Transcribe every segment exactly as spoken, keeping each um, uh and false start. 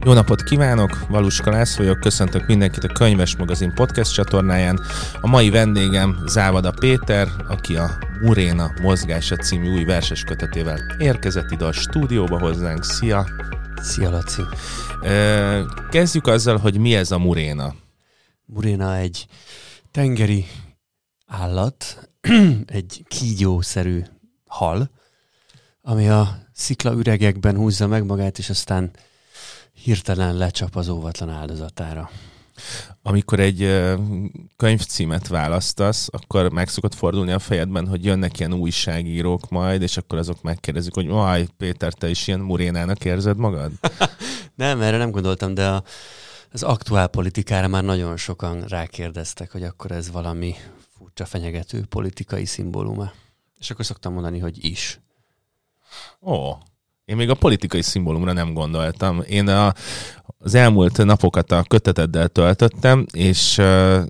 Jó napot kívánok, Valuska László vagyok, köszöntök mindenkit a Könyves Magazin podcast csatornáján. A mai vendégem Závada Péter, aki a Muréna mozgása című új verses kötetével érkezett ide a stúdióba hozzánk. Szia! Szia, Laci! Kezdjük azzal, hogy mi ez a muréna. Muréna egy tengeri állat, egy kígyószerű hal, ami a sziklaüregekben húzza meg magát, és aztán hirtelen lecsap az óvatlan áldozatára. Amikor egy könyvcímet választasz, akkor meg szokott fordulni a fejedben, hogy jönnek ilyen újságírók majd, és akkor azok megkérdezik, hogy aj, Péter, te is ilyen murénának érzed magad? Nem, erre nem gondoltam, de a, az aktuál politikára már nagyon sokan rákérdeztek, hogy akkor ez valami furcsa fenyegető politikai szimbóluma. És akkor szoktam mondani, hogy is. Ó, én még a politikai szimbólumra nem gondoltam. Én a, az elmúlt napokat a köteteddel töltöttem, és,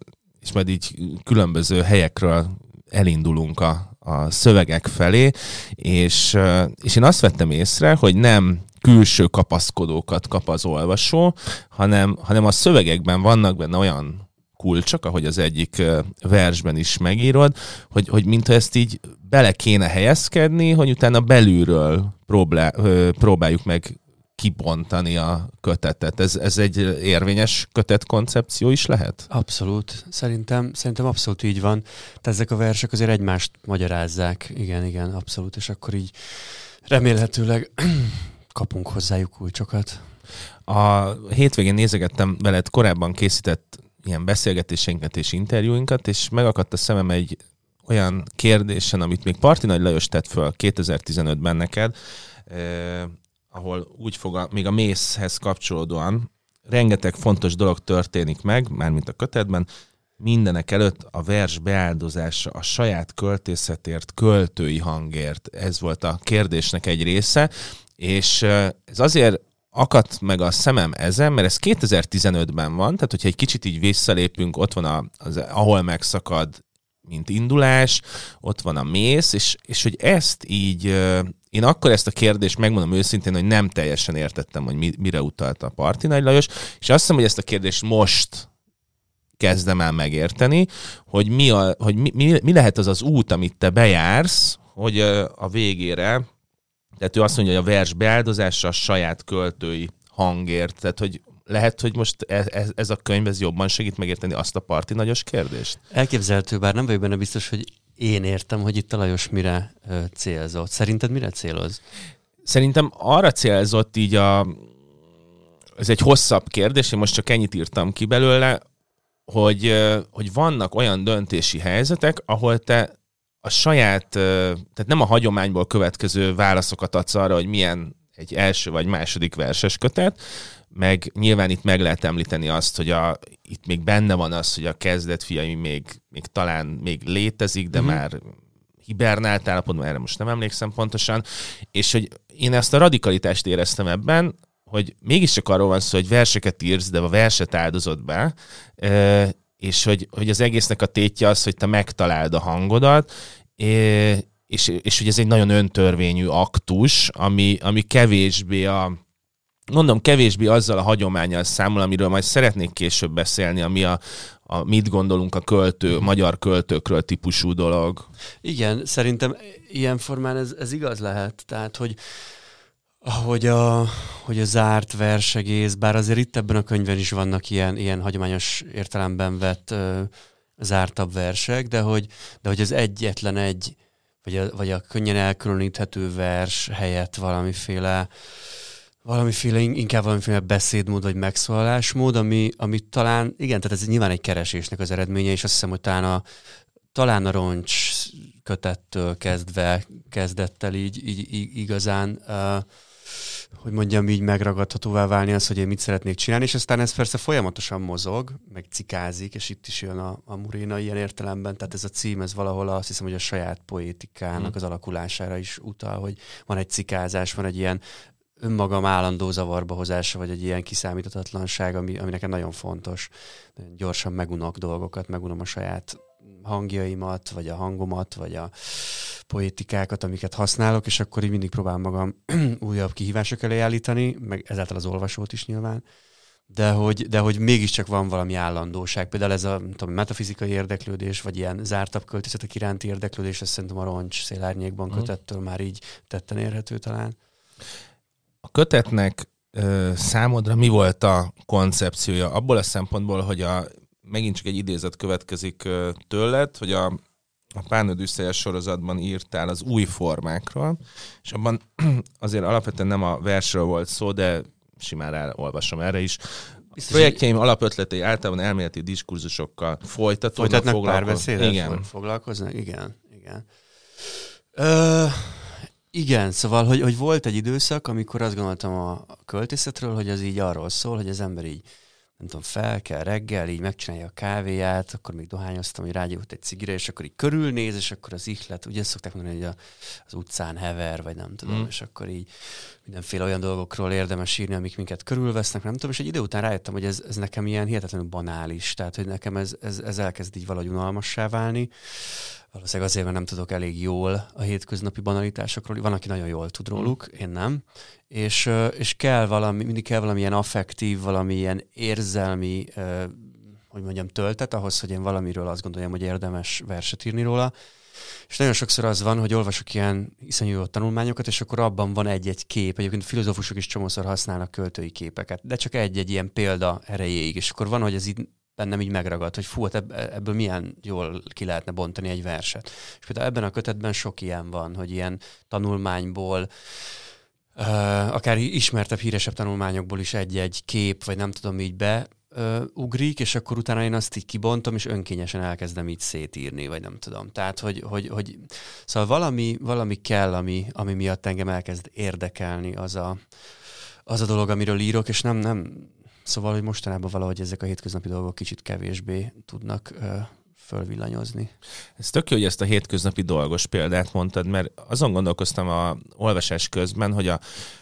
és majd így különböző helyekről elindulunk a, a szövegek felé, és, és én azt vettem észre, hogy nem külső kapaszkodókat kap az olvasó, hanem, hanem a szövegekben vannak benne olyan kulcsok, ahogy az egyik versben is megírod, hogy, hogy mintha ezt így bele kéne helyezkedni, hogy utána belülről próbál, próbáljuk meg kibontani a kötetet. Ez, ez egy érvényes kötetkoncepció is lehet? Abszolút. Szerintem, szerintem abszolút így van. Tehát ezek a versek azért egymást magyarázzák. Igen, igen, abszolút. És akkor így remélhetőleg kapunk hozzájuk kulcsokat. A hétvégén nézegettem veled korábban készített ilyen beszélgetéseinket és interjúinkat, és megakadt a szemem egy olyan kérdésen, amit még Parti Nagy Lajos tett föl kétezer-tizenötben neked, eh, ahol úgy fog, a, még a mészhez kapcsolódóan rengeteg fontos dolog történik meg, mármint a kötetben, mindenek előtt a vers beáldozása a saját költészetért, költői hangért. Ez volt a kérdésnek egy része, és eh, ez azért akadt meg a szemem ezen, mert ez kétezer-tizenötben van, tehát hogyha egy kicsit így visszalépünk, ott van a, az, ahol megszakad, mint indulás, ott van a mész, és, és hogy ezt így, én akkor ezt a kérdést megmondom őszintén, hogy nem teljesen értettem, hogy mi, mire utalt a Parti Nagy Lajos, és azt hiszem, hogy ezt a kérdést most kezdem el megérteni, hogy mi, a, hogy mi, mi, mi lehet az az út, amit te bejársz, hogy a végére, tehát ő azt mondja, hogy a vers beáldozása a saját költői hangért. Tehát, hogy lehet, hogy most ez, ez a könyv ez jobban segít megérteni azt a Parti Nagyos kérdést? Elképzelhető, bár nem vagyok benne biztos, hogy én értem, hogy itt a Lajos mire ö, célzott. Szerinted mire céloz? Szerintem arra célzott így a... Ez egy hosszabb kérdés, én most csak ennyit írtam ki belőle, hogy, hogy vannak olyan döntési helyzetek, ahol te a saját, tehát nem a hagyományból következő válaszokat adsz arra, hogy milyen egy első vagy második verses kötet, meg nyilván itt meg lehet említeni azt, hogy a, itt még benne van az, hogy a kezdetfiai még, még talán még létezik, de uh-huh. már hibernált állapotban, erre most nem emlékszem pontosan, és hogy én ezt a radikalitást éreztem ebben, hogy mégiscsak arról van szó, hogy verseket írsz, de a verset áldozod be, és hogy, hogy az egésznek a tétje az, hogy te megtaláld a hangodat, és, és hogy ez egy nagyon öntörvényű aktus, ami, ami kevésbé a, mondom, kevésbé azzal a hagyománnyal számol, amiről majd szeretnék később beszélni, ami a, a mit gondolunk a költő, magyar költőkről típusú dolog. Igen, szerintem ilyen formán ez, ez igaz lehet, tehát, hogy Ahogy a, hogy a zárt versegész, bár azért itt ebben a könyvben is vannak ilyen, ilyen hagyományos értelemben vett ö, zártabb versek, de hogy, de hogy az egyetlen egy, vagy a, vagy a könnyen elkülöníthető vers helyett valamiféle, valamiféle inkább valamiféle beszédmód, vagy megszólalásmód, ami, ami talán, igen, tehát ez nyilván egy keresésnek az eredménye, és azt hiszem, hogy talán a, talán a Roncs kötettől kezdve kezdett el így, így, így igazán uh, hogy mondjam, így megragadhatóvá válni az, hogy én mit szeretnék csinálni, és aztán ez persze folyamatosan mozog, meg cikázik, és itt is jön a, a Muréna ilyen értelemben, tehát ez a cím, ez valahol azt hiszem, hogy a saját poétikának az alakulására is utal, hogy van egy cikázás, van egy ilyen önmagam állandó zavarba hozása, vagy egy ilyen kiszámíthatatlanság, ami, ami nekem nagyon fontos. Gyorsan megunok dolgokat, megunom a saját hangjaimat, vagy a hangomat, vagy a poétikákat, amiket használok, és akkor így mindig próbálom magam újabb kihívások elé állítani, meg ezáltal az olvasót is nyilván, de hogy, de hogy mégiscsak van valami állandóság. Például ez a tudom, metafizikai érdeklődés, vagy ilyen zártabb költészetek iránti érdeklődés, ez szerintem a Roncs Szélárnyékban mm. kötettől már így tetten érhető talán. A kötetnek ö, számodra mi volt a koncepciója? Abból a szempontból, hogy a, megint csak egy idézet következik ö, tőled, hogy a a Pálnödüsszejes sorozatban írtál az új formákról, és abban azért alapvetően nem a versről volt szó, de simán elolvasom erre is. A projektjeim alapötletei általában elméleti diskurzusokkal folytatódnak, Folytatnak párbeszédet? Foglalkoznak? Igen. Igen. Ö, igen, szóval, hogy, hogy volt egy időszak, amikor azt gondoltam a költészetről, hogy az így arról szól, hogy az ember így nem tudom, fel kell reggel, így megcsinálja a kávéját, akkor még dohányoztam, hogy rágyújt egy cigire, és akkor így körülnéz, és akkor az ihlet, ugye szokták mondani, hogy a, az utcán hever, vagy nem tudom, mm. és akkor így mindenféle olyan dolgokról érdemes írni, amik minket körülvesznek, nem tudom, és egy idő után rájöttem, hogy ez, ez nekem ilyen hihetetlenül banális, tehát, hogy nekem ez, ez, ez elkezd így valahogy unalmassá válni. Valószínűleg azért, mert nem tudok elég jól a hétköznapi banalitásokról. Van, aki nagyon jól tud róluk, én nem. És, és kell valami, mindig kell valamilyen affektív, valamilyen érzelmi, hogy mondjam, töltet ahhoz, hogy én valamiről azt gondoljam, hogy érdemes verset írni róla. És nagyon sokszor az van, hogy olvasok ilyen iszonyú jó tanulmányokat, és akkor abban van egy-egy kép. Egyébként a filozófusok is csomószor használnak költői képeket, de csak egy-egy ilyen példa erejéig. És akkor van, hogy ez így bennem így megragad, hogy fú, ebből milyen jól ki lehetne bontani egy verset. És például ebben a kötetben sok ilyen van, hogy ilyen tanulmányból, uh, akár ismertebb, híresebb tanulmányokból is egy-egy kép, vagy nem tudom, így beugrik, uh, és akkor utána én azt így kibontom, és önkényesen elkezdem így szétírni, vagy nem tudom. Tehát, hogy, hogy, hogy szóval valami, valami kell, ami, ami miatt engem elkezd érdekelni az a, az a dolog, amiről írok, és nem, nem Szóval, hogy mostanában valahogy ezek a hétköznapi dolgok kicsit kevésbé tudnak ö, fölvillanyozni. Ez tök jó, hogy ezt a hétköznapi dolgos példát mondtad, mert azon gondolkoztam a olvasás közben, hogy a,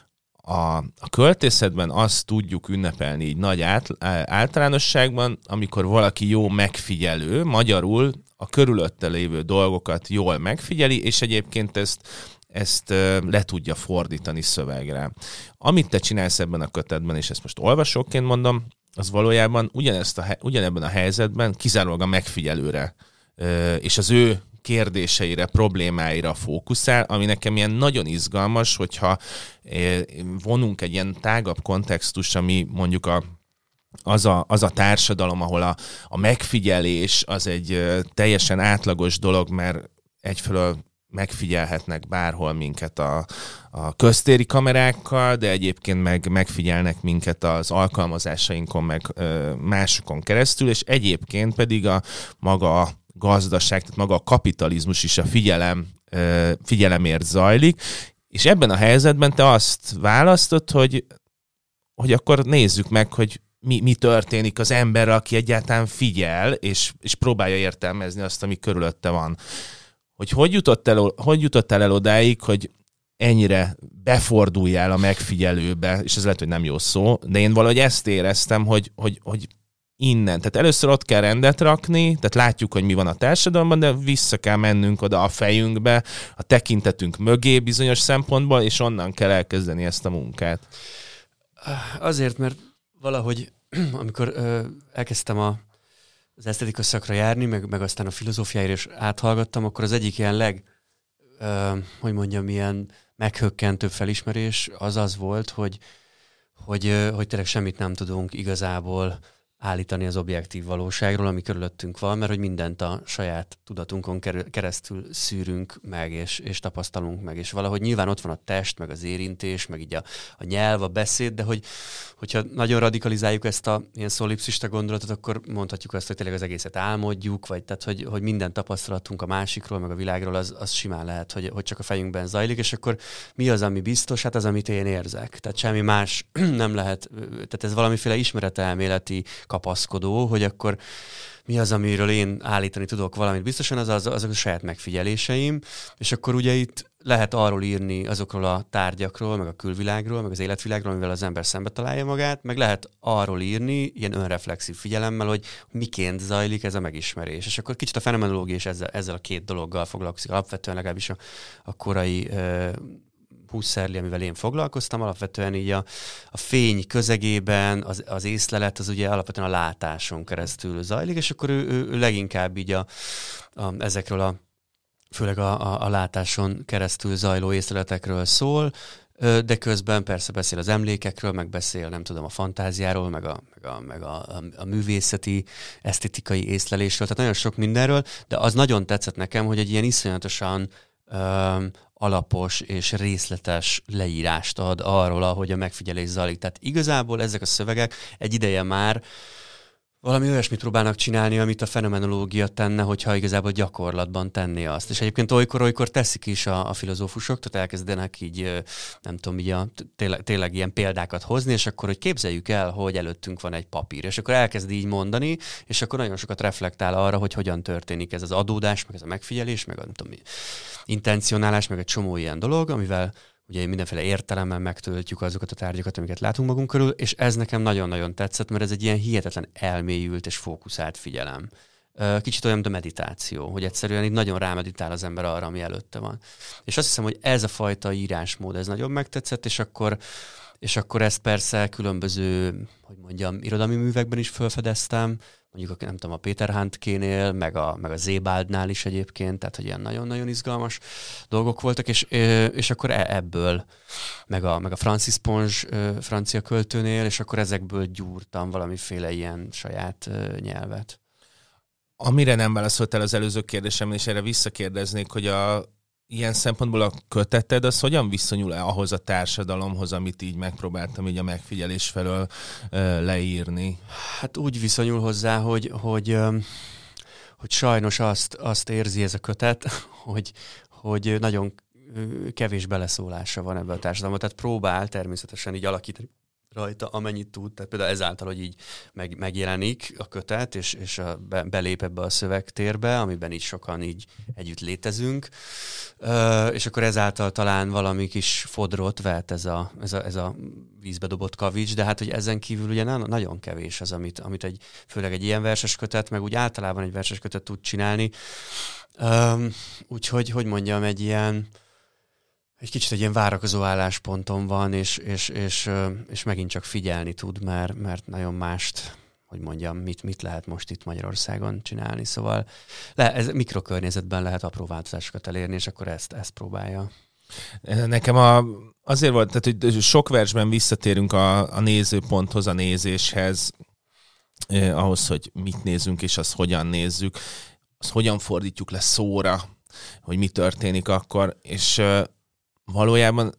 a, a költészetben azt tudjuk ünnepelni így nagy át, általánosságban, amikor valaki jó megfigyelő, magyarul a körülötte lévő dolgokat jól megfigyeli, és egyébként ezt ezt le tudja fordítani szövegre. Amit te csinálsz ebben a kötetben, és ezt most olvasóként mondom, az valójában ugyanezt a, ugyanebben a helyzetben kizárólag a megfigyelőre és az ő kérdéseire, problémáira fókuszál, ami nekem ilyen nagyon izgalmas, hogyha vonunk egy ilyen tágabb kontextus, ami mondjuk a Az a, az a társadalom, ahol a, a megfigyelés az egy teljesen átlagos dolog, mert egyfelől megfigyelhetnek bárhol minket a, a köztéri kamerákkal, de egyébként meg megfigyelnek minket az alkalmazásainkon, meg ö, másokon keresztül, és egyébként pedig a maga a gazdaság, tehát maga a kapitalizmus is a figyelem, ö, figyelemért zajlik, és ebben a helyzetben te azt választod, hogy, hogy akkor nézzük meg, hogy mi, mi történik az emberrel, aki egyáltalán figyel, és, és próbálja értelmezni azt, ami körülötte van. Hogy hogy jutott el, hogy jutottál el odáig, hogy ennyire beforduljál a megfigyelőbe, és ez lehet, hogy nem jó szó, de én valahogy ezt éreztem, hogy, hogy, hogy innen. Tehát először ott kell rendet rakni, tehát látjuk, hogy mi van a társadalomban, de vissza kell mennünk oda a fejünkbe, a tekintetünk mögé bizonyos szempontból, és onnan kell elkezdeni ezt a munkát. Azért, mert valahogy, amikor ö, elkezdtem a az esztetikus szakra járni, meg, meg aztán a filozófiáira is áthallgattam, akkor az egyik ilyen leg, ö, hogy mondjam, ilyen meghökkentő felismerés az az volt, hogy, hogy, ö, hogy tényleg semmit nem tudunk igazából állítani az objektív valóságról, ami körülöttünk van, mert hogy mindent a saját tudatunkon keresztül szűrünk meg, és, és tapasztalunk meg, és valahogy nyilván ott van a test, meg az érintés, meg így a, a nyelv, a beszéd, de hogy, hogyha nagyon radikalizáljuk ezt a ilyen szolipszista gondolatot, akkor mondhatjuk azt, hogy tényleg az egészet álmodjuk, vagy tehát, hogy, hogy minden tapasztalatunk a másikról, meg a világról, az, az simán lehet, hogy, hogy csak a fejünkben zajlik, és akkor mi az, ami biztos? Hát az, amit én érzek. Tehát semmi más nem lehet, tehát ez valamiféle ismeretelméleti kapaszkodó, hogy akkor mi az, amiről én állítani tudok valamit biztosan, az, az azok a saját megfigyeléseim, és akkor ugye itt lehet arról írni azokról a tárgyakról, meg a külvilágról, meg az életvilágról, amivel az ember szembe találja magát, meg lehet arról írni ilyen önreflexív figyelemmel, hogy miként zajlik ez a megismerés. És akkor kicsit a fenomenológia is ezzel, ezzel a két dologgal foglalkozik, alapvetően legalábbis a, a korai uh, húszszerli, amivel én foglalkoztam, alapvetően így a, a fény közegében, az, az észlelet, az ugye alapvetően a látáson keresztül zajlik, és akkor ő, ő, ő leginkább így a, a, ezekről a főleg a, a, a látáson keresztül zajló észleletekről szól, de közben persze beszél az emlékekről, meg beszél, nem tudom, a fantáziáról, meg a, meg a, meg a, a, a művészeti, esztetikai észlelésről, tehát nagyon sok mindenről, de az nagyon tetszett nekem, hogy egy ilyen iszonyatosan um, alapos és részletes leírást ad arról, ahogy a megfigyelés zajlik. Tehát igazából ezek a szövegek egy ideje már valami olyasmit próbálnak csinálni, amit a fenomenológia tenne, hogyha igazából gyakorlatban tenné azt. És egyébként olykor-olykor teszik is a, a filozófusok, tehát elkezdenek így, nem tudom, így a, tényleg, tényleg ilyen példákat hozni, és akkor, hogy képzeljük el, hogy előttünk van egy papír, és akkor elkezd így mondani, és akkor nagyon sokat reflektál arra, hogy hogyan történik ez az adódás, meg ez a megfigyelés, meg a, nem tudom, intencionálás, meg egy csomó ilyen dolog, amivel ugye mindenféle értelemmel megtöltjük azokat a tárgyakat, amiket látunk magunk körül, és ez nekem nagyon-nagyon tetszett, mert ez egy ilyen hihetetlen elmélyült és fókuszált figyelem. Kicsit olyan, mint a meditáció, hogy egyszerűen így nagyon rámeditál az ember arra, ami előtte van. És azt hiszem, hogy ez a fajta írásmód, ez nagyon megtetszett, és akkor, és akkor ezt persze különböző, hogy mondjam, irodalmi művekben is felfedeztem, mondjuk nem tudom, a Peter Handkénél, meg a, meg a Zébaldnál is egyébként, tehát hogy ilyen nagyon-nagyon izgalmas dolgok voltak, és, és akkor ebből, meg a, meg a Francis Ponge francia költőnél, és akkor ezekből gyúrtam valamiféle ilyen saját nyelvet. Amire nem válaszoltál az előző kérdésemben, és erre visszakérdeznék, hogy a ilyen szempontból a köteted, az hogyan viszonyul ahhoz a társadalomhoz, amit így megpróbáltam így a megfigyelés felől uh, leírni? Hát úgy viszonyul hozzá, hogy, hogy, um, hogy sajnos azt, azt érzi ez a kötet, hogy, hogy nagyon kevés beleszólása van ebben a társadalomban. Tehát próbál természetesen így alakítani rajta, amennyit tud, tehát például ezáltal, hogy így meg, megjelenik a kötet, és, és a, be, belép ebbe a szövegtérbe, amiben így sokan így együtt létezünk, uh, és akkor ezáltal talán valami kis fodrot vet ez a, ez a, ez a vízbe dobott kavics, de hát, hogy ezen kívül ugye na- nagyon kevés az, amit, amit egy, főleg egy ilyen verses kötet, meg úgy általában egy verses kötet tud csinálni. Um, úgyhogy, hogy mondjam, egy ilyen egy kicsit egy ilyen várakozó állásponton van, és, és, és, és megint csak figyelni tud, mert, mert nagyon mást, hogy mondjam, mit, mit lehet most itt Magyarországon csinálni. Szóval le, ez mikrokörnyezetben lehet apró változásokat elérni, és akkor ezt, ezt próbálja. Nekem a, azért volt, tehát, hogy sok versben visszatérünk a, a nézőponthoz, a nézéshez, eh, ahhoz, hogy mit nézünk, és azt hogyan nézzük, azt hogyan fordítjuk le szóra, hogy mi történik akkor, és eh, valójában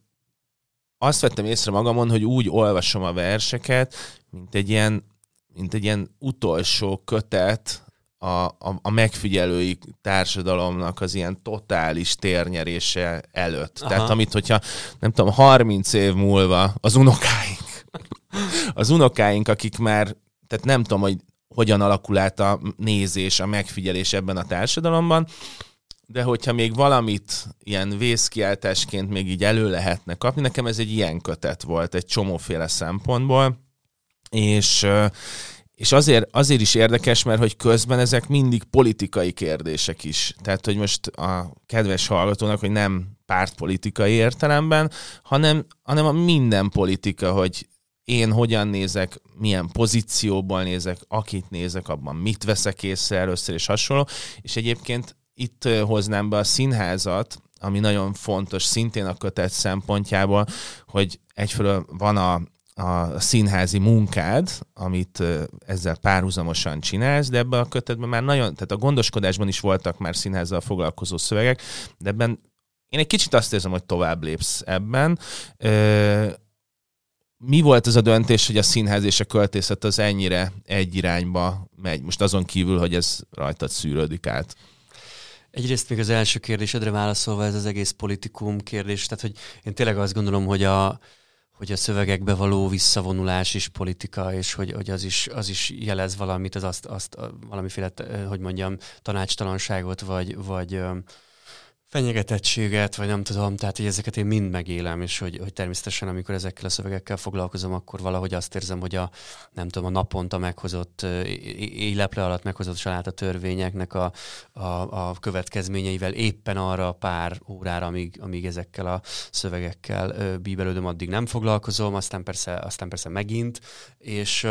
azt vettem észre magamon, hogy úgy olvasom a verseket, mint egy ilyen, mint egy ilyen utolsó kötet a, a, a megfigyelői társadalomnak az ilyen totális térnyerése előtt. Aha. Tehát amit, hogyha nem tudom, harminc év múlva az unokáink, az unokáink, akik már, tehát nem tudom, hogy hogyan alakul át a nézés, a megfigyelés ebben a társadalomban, de hogyha még valamit ilyen vészkiáltásként még így elő lehetne kapni, nekem ez egy ilyen kötet volt, egy csomóféle szempontból, és, és azért, azért is érdekes, mert hogy közben ezek mindig politikai kérdések is. Tehát, hogy most a kedves hallgatónak, hogy nem pártpolitikai értelemben, hanem, hanem a minden politika, hogy én hogyan nézek, milyen pozícióból nézek, akit nézek, abban mit veszek észre először, és hasonló. És egyébként itt hoznám be a színházat, ami nagyon fontos szintén a kötet szempontjából, hogy egyfelől van a, a színházi munkád, amit ezzel párhuzamosan csinálsz, de ebben a kötetben már nagyon, tehát a gondoskodásban is voltak már színházzal foglalkozó szövegek, de ebben én egy kicsit azt érzem, hogy tovább lépsz ebben. Mi volt az a döntés, hogy a színház és a költészet az ennyire egy irányba megy? Most azon kívül, hogy ez rajtad szűrődik át. Egyrészt még az első kérdésedre válaszolva, ez az egész politikum kérdés, tehát hogy én tényleg azt gondolom, hogy, a, hogy a szövegekbe való visszavonulás is politika, és hogy, hogy az, is, az is jelez valamit, az azt, azt valamiféle, hogy mondjam, tanácstalanságot, vagy, vagy fenyegetettséget, vagy nem tudom, tehát hogy ezeket én mind megélem, és hogy, hogy természetesen, amikor ezekkel a szövegekkel foglalkozom, akkor valahogy azt érzem, hogy a, nem tudom, a naponta meghozott, éjleple alatt meghozott saláta törvényeknek a, a, a következményeivel éppen arra a pár órára, amíg, amíg ezekkel a szövegekkel bíbelődöm, addig nem foglalkozom, aztán persze, aztán persze megint, és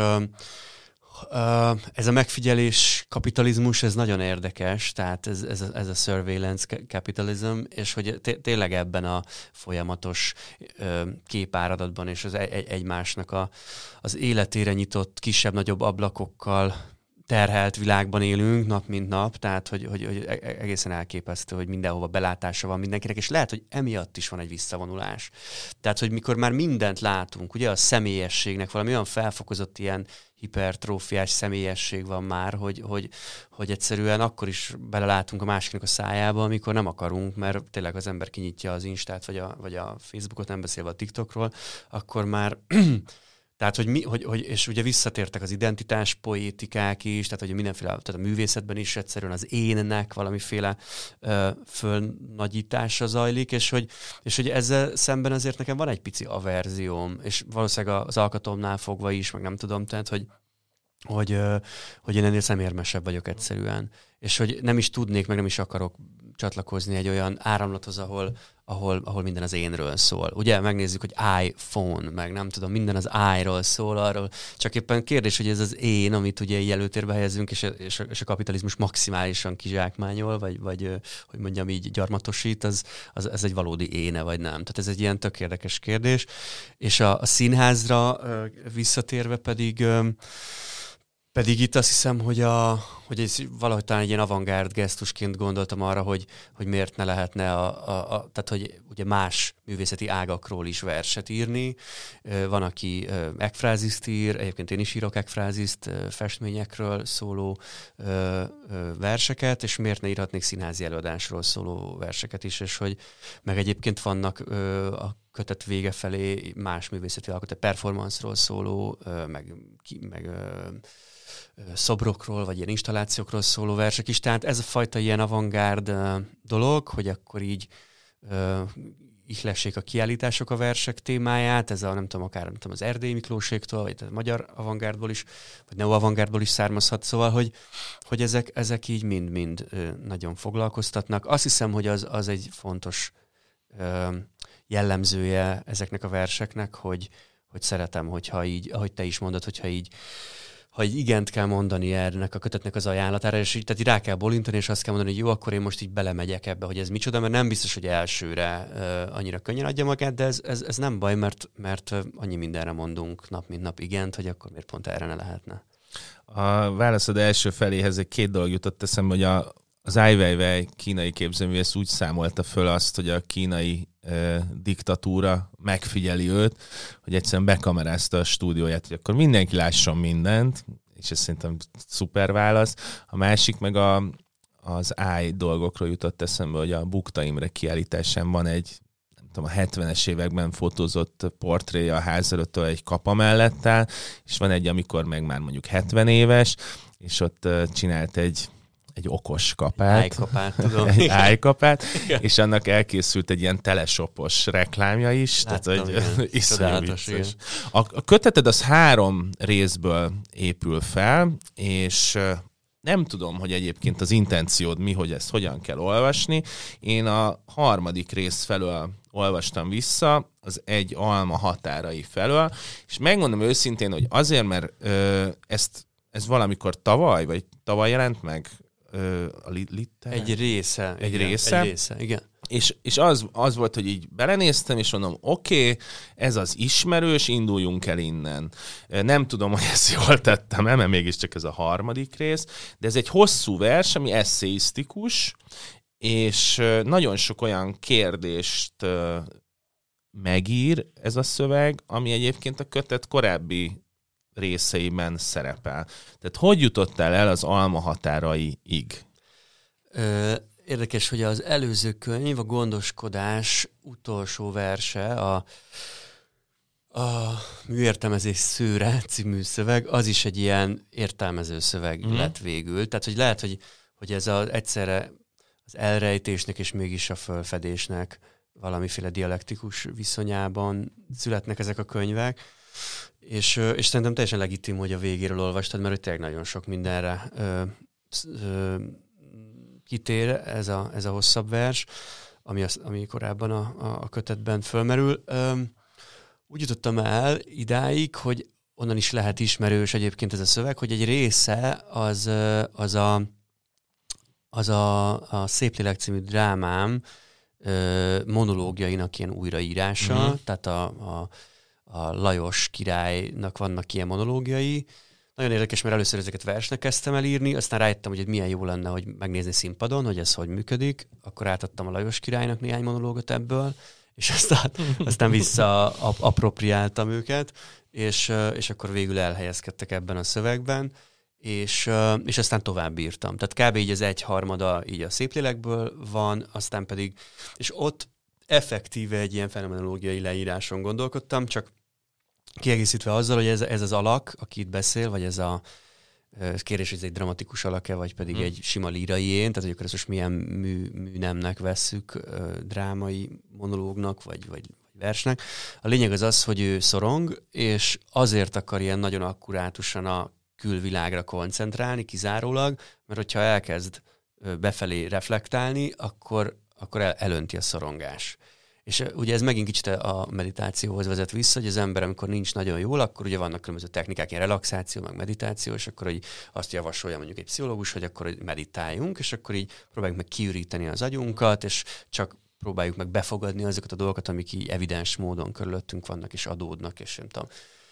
Uh, ez a megfigyelés kapitalizmus, ez nagyon érdekes, tehát ez, ez, a, ez a surveillance capitalism, és hogy té- tényleg ebben a folyamatos uh, képáradatban és az egy- egymásnak a, az életére nyitott kisebb-nagyobb ablakokkal terhelt világban élünk nap mint nap, tehát hogy, hogy, hogy egészen elképesztő, hogy mindenhova belátása van mindenkinek, és lehet, hogy emiatt is van egy visszavonulás. Tehát, hogy mikor már mindent látunk, ugye a személyességnek valami olyan felfokozott ilyen hipertrófiás személyesség van már, hogy, hogy, hogy egyszerűen akkor is belelátunk a másiknak a szájába, amikor nem akarunk, mert tényleg az ember kinyitja az Instát, vagy a, vagy a Facebookot, nem beszélve a TikTokról, akkor már tehát, hogy, mi, hogy, hogy, és ugye visszatértek az identitás poétikák is, tehát hogy mindenféle, tehát a művészetben is egyszerűen az énnek valamiféle ö, fölnagyítása zajlik, és hogy, és hogy ezzel szemben azért nekem van egy pici averzióm, és valószínűleg az alkatomnál fogva is, meg nem tudom, tehát, hogy, hogy, ö, hogy én ennél szemérmesebb vagyok egyszerűen, és hogy nem is tudnék, meg nem is akarok csatlakozni egy olyan áramlathoz, ahol, ahol, ahol minden az énről szól. Ugye megnézzük, hogy iPhone, meg nem tudom, minden az I-ról szól, arról. Csak éppen kérdés, hogy ez az én, amit ugye így előtérbe helyezünk, és a, és a, és a kapitalizmus maximálisan kizsákmányol, vagy, vagy hogy mondjam így gyarmatosít, az, az, ez egy valódi éne, vagy nem. Tehát ez egy ilyen tök érdekes kérdés. És a, a színházra visszatérve pedig Pedig itt azt hiszem, hogy, a, hogy ez valahogy talán egy ilyen avantgárd gesztusként gondoltam arra, hogy, hogy miért ne lehetne, a, a, a, tehát hogy ugye más művészeti ágakról is verset írni. Van, aki ekfrázist ír, egyébként én is írok ekfrázist, festményekről szóló verseket, és miért ne írhatnék színházi előadásról szóló verseket is, és hogy meg egyébként vannak a kötet vége felé más művészeti alkotás, performance-ról szóló, meg, meg szobrokról, vagy ilyen installációkról szóló versek is. Tehát ez a fajta ilyen avantgárd dolog, hogy akkor így uh, ihlessék a kiállítások a versek témáját, ez a nem tudom, akár nem tudom, az Erdélyi Miklóséktól, vagy a magyar avantgárdból is, vagy neo-avantgárdból is származhat, szóval, hogy, hogy ezek, ezek így mind-mind uh, nagyon foglalkoztatnak. Azt hiszem, hogy az, az egy fontos uh, jellemzője ezeknek a verseknek, hogy, hogy szeretem, hogyha így, ahogy te is mondod, hogyha így ha így igent kell mondani ennek a kötetnek az ajánlatára, és így, tehát így rá kell bolintani, és azt kell mondani, hogy jó, akkor én most így belemegyek ebbe, hogy ez micsoda, mert nem biztos, hogy elsőre uh, annyira könnyen adja magát, de ez, ez, ez nem baj, mert, mert annyi mindenre mondunk nap mint nap igent, hogy akkor miért pont erre ne lehetne. A válaszod első feléhez egy két dolog jutott eszembe, hogy a, az Ai Weiwei kínai képzőművész úgy számolta föl azt, hogy a kínai uh, diktatúra megfigyeli őt, hogy egyszerűen bekamerázta a stúdióját, hogy akkor mindenki lásson mindent, és ez szerintem szuper válasz. A másik meg a, az Ai dolgokról jutott eszembe, hogy a Bukta Imre kiállításán van egy, nem tudom, a hetvenes években fotózott portréja a ház előttől egy kapa mellett áll, és van egy, amikor meg már mondjuk hetven éves, és ott uh, csinált egy egy okos kapát. Ájkapát, tudom. Egy ájkapát, és annak elkészült egy ilyen teleshopos reklámja is. Láttam, tehát, hogy iszonyú vicces. A, a köteted az három részből épül fel, és nem tudom, hogy egyébként az intenciód mi, hogy ezt hogyan kell olvasni. Én a harmadik rész felől olvastam vissza, az Egy alma határai felől, és megmondom őszintén, hogy azért, mert ö, ezt, ez valamikor tavaly, vagy tavaly jelent meg, a Litter? Egy része. Egy igen, része. Egy része, igen. És, és az, az volt, hogy így belenéztem, és mondom, oké, okay, ez az ismerős, induljunk el innen. Nem tudom, hogy ezt jól tettem, mert mégiscsak ez a harmadik rész, de ez egy hosszú vers, ami eszéisztikus, és nagyon sok olyan kérdést megír ez a szöveg, ami egyébként a kötet korábbi részeiben szerepel. Tehát hogy jutottál el az alma határaiig? Ö, érdekes, hogy az előző könyv, a Gondoskodás utolsó verse, a, A Műértelmezés szőre című szöveg, az is egy ilyen értelmező szöveg mm. lett végül. Tehát, hogy lehet, hogy, hogy ez az egyszerre az elrejtésnek és mégis a fölfedésnek valamiféle dialektikus viszonyában születnek ezek a könyvek. És, és szerintem teljesen legitim, hogy a végéről olvastad, mert hogy tényleg nagyon sok mindenre ö, ö, kitér ez a, ez a hosszabb vers, ami, az, ami korábban a, a kötetben fölmerül. Ö, úgy jutottam el idáig, hogy onnan is lehet ismerős egyébként ez a szöveg, hogy egy része az, az a, az a, a Széplélek című drámám ö, monológiainak ilyen újraírása, mm-hmm. tehát a, a a Lajos királynak vannak ilyen monológiai. Nagyon érdekes, mert először ezeket versnek kezdtem el írni, aztán rájöttem, hogy milyen jó lenne, hogy megnézni színpadon, hogy ez hogy működik. Akkor átadtam a Lajos királynak néhány monológot ebből, és aztán, aztán vissza appropriáltam őket, és, és akkor végül elhelyezkedtek ebben a szövegben, és, és aztán tovább írtam. Tehát kb. Így az egyharmada így a Széplélekből van, aztán pedig, és ott effektíve egy ilyen fenomenológiai leíráson gondolkodtam, csak kiegészítve azzal, hogy ez, ez az alak, aki itt beszél, vagy ez a kérdés, hogy ez egy dramatikus alak-e, vagy pedig hmm. egy sima líraién, tehát hogy akkor ezt most milyen mű, műnemnek vesszük, drámai monológnak, vagy, vagy versnek. A lényeg az az, hogy ő szorong, és azért akar ilyen nagyon akkurátusan a külvilágra koncentrálni, kizárólag, mert hogyha elkezd befelé reflektálni, akkor, akkor el, elönti a szorongás. És ugye ez megint kicsit a meditációhoz vezet vissza, hogy az ember, amikor nincs nagyon jól, akkor ugye vannak különböző technikák, ilyen relaxáció, meg meditáció, és akkor hogy azt javasolja mondjuk egy pszichológus, hogy akkor meditáljunk, és akkor így próbáljuk meg kiüríteni az agyunkat, és csak próbáljuk meg befogadni azokat a dolgokat, amik így evidens módon körülöttünk vannak, és adódnak, és nem tudom.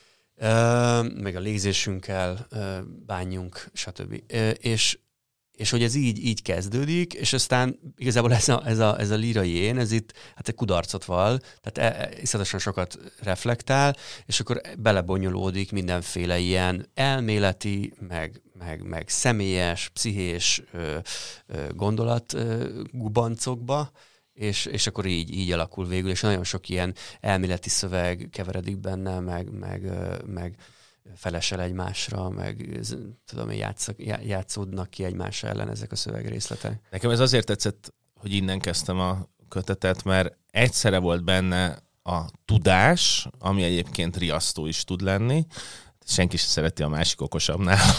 Uh, meg a légzésünkkel uh, bánjunk, stb. Uh, és És hogy ez így, így kezdődik, és aztán igazából ez a, ez a, ez a lírai én, ez itt hát egy kudarcot val, tehát iszonyatosan sokat reflektál, és akkor belebonyolódik mindenféle ilyen elméleti, meg, meg, meg személyes, pszichés ö, ö, gondolat ö, gubancokba, és, és akkor így, így alakul végül, és nagyon sok ilyen elméleti szöveg keveredik benne, meg, meg, ö, meg felesel egymásra, meg tudom én, játszak, játszódnak ki egymásra ellen ezek a szövegrészletek. Nekem ez azért tetszett, hogy innen kezdtem a kötetet, mert egyszerre volt benne a tudás, ami egyébként riasztó is tud lenni, senki sem szereti a másik okosabbnál.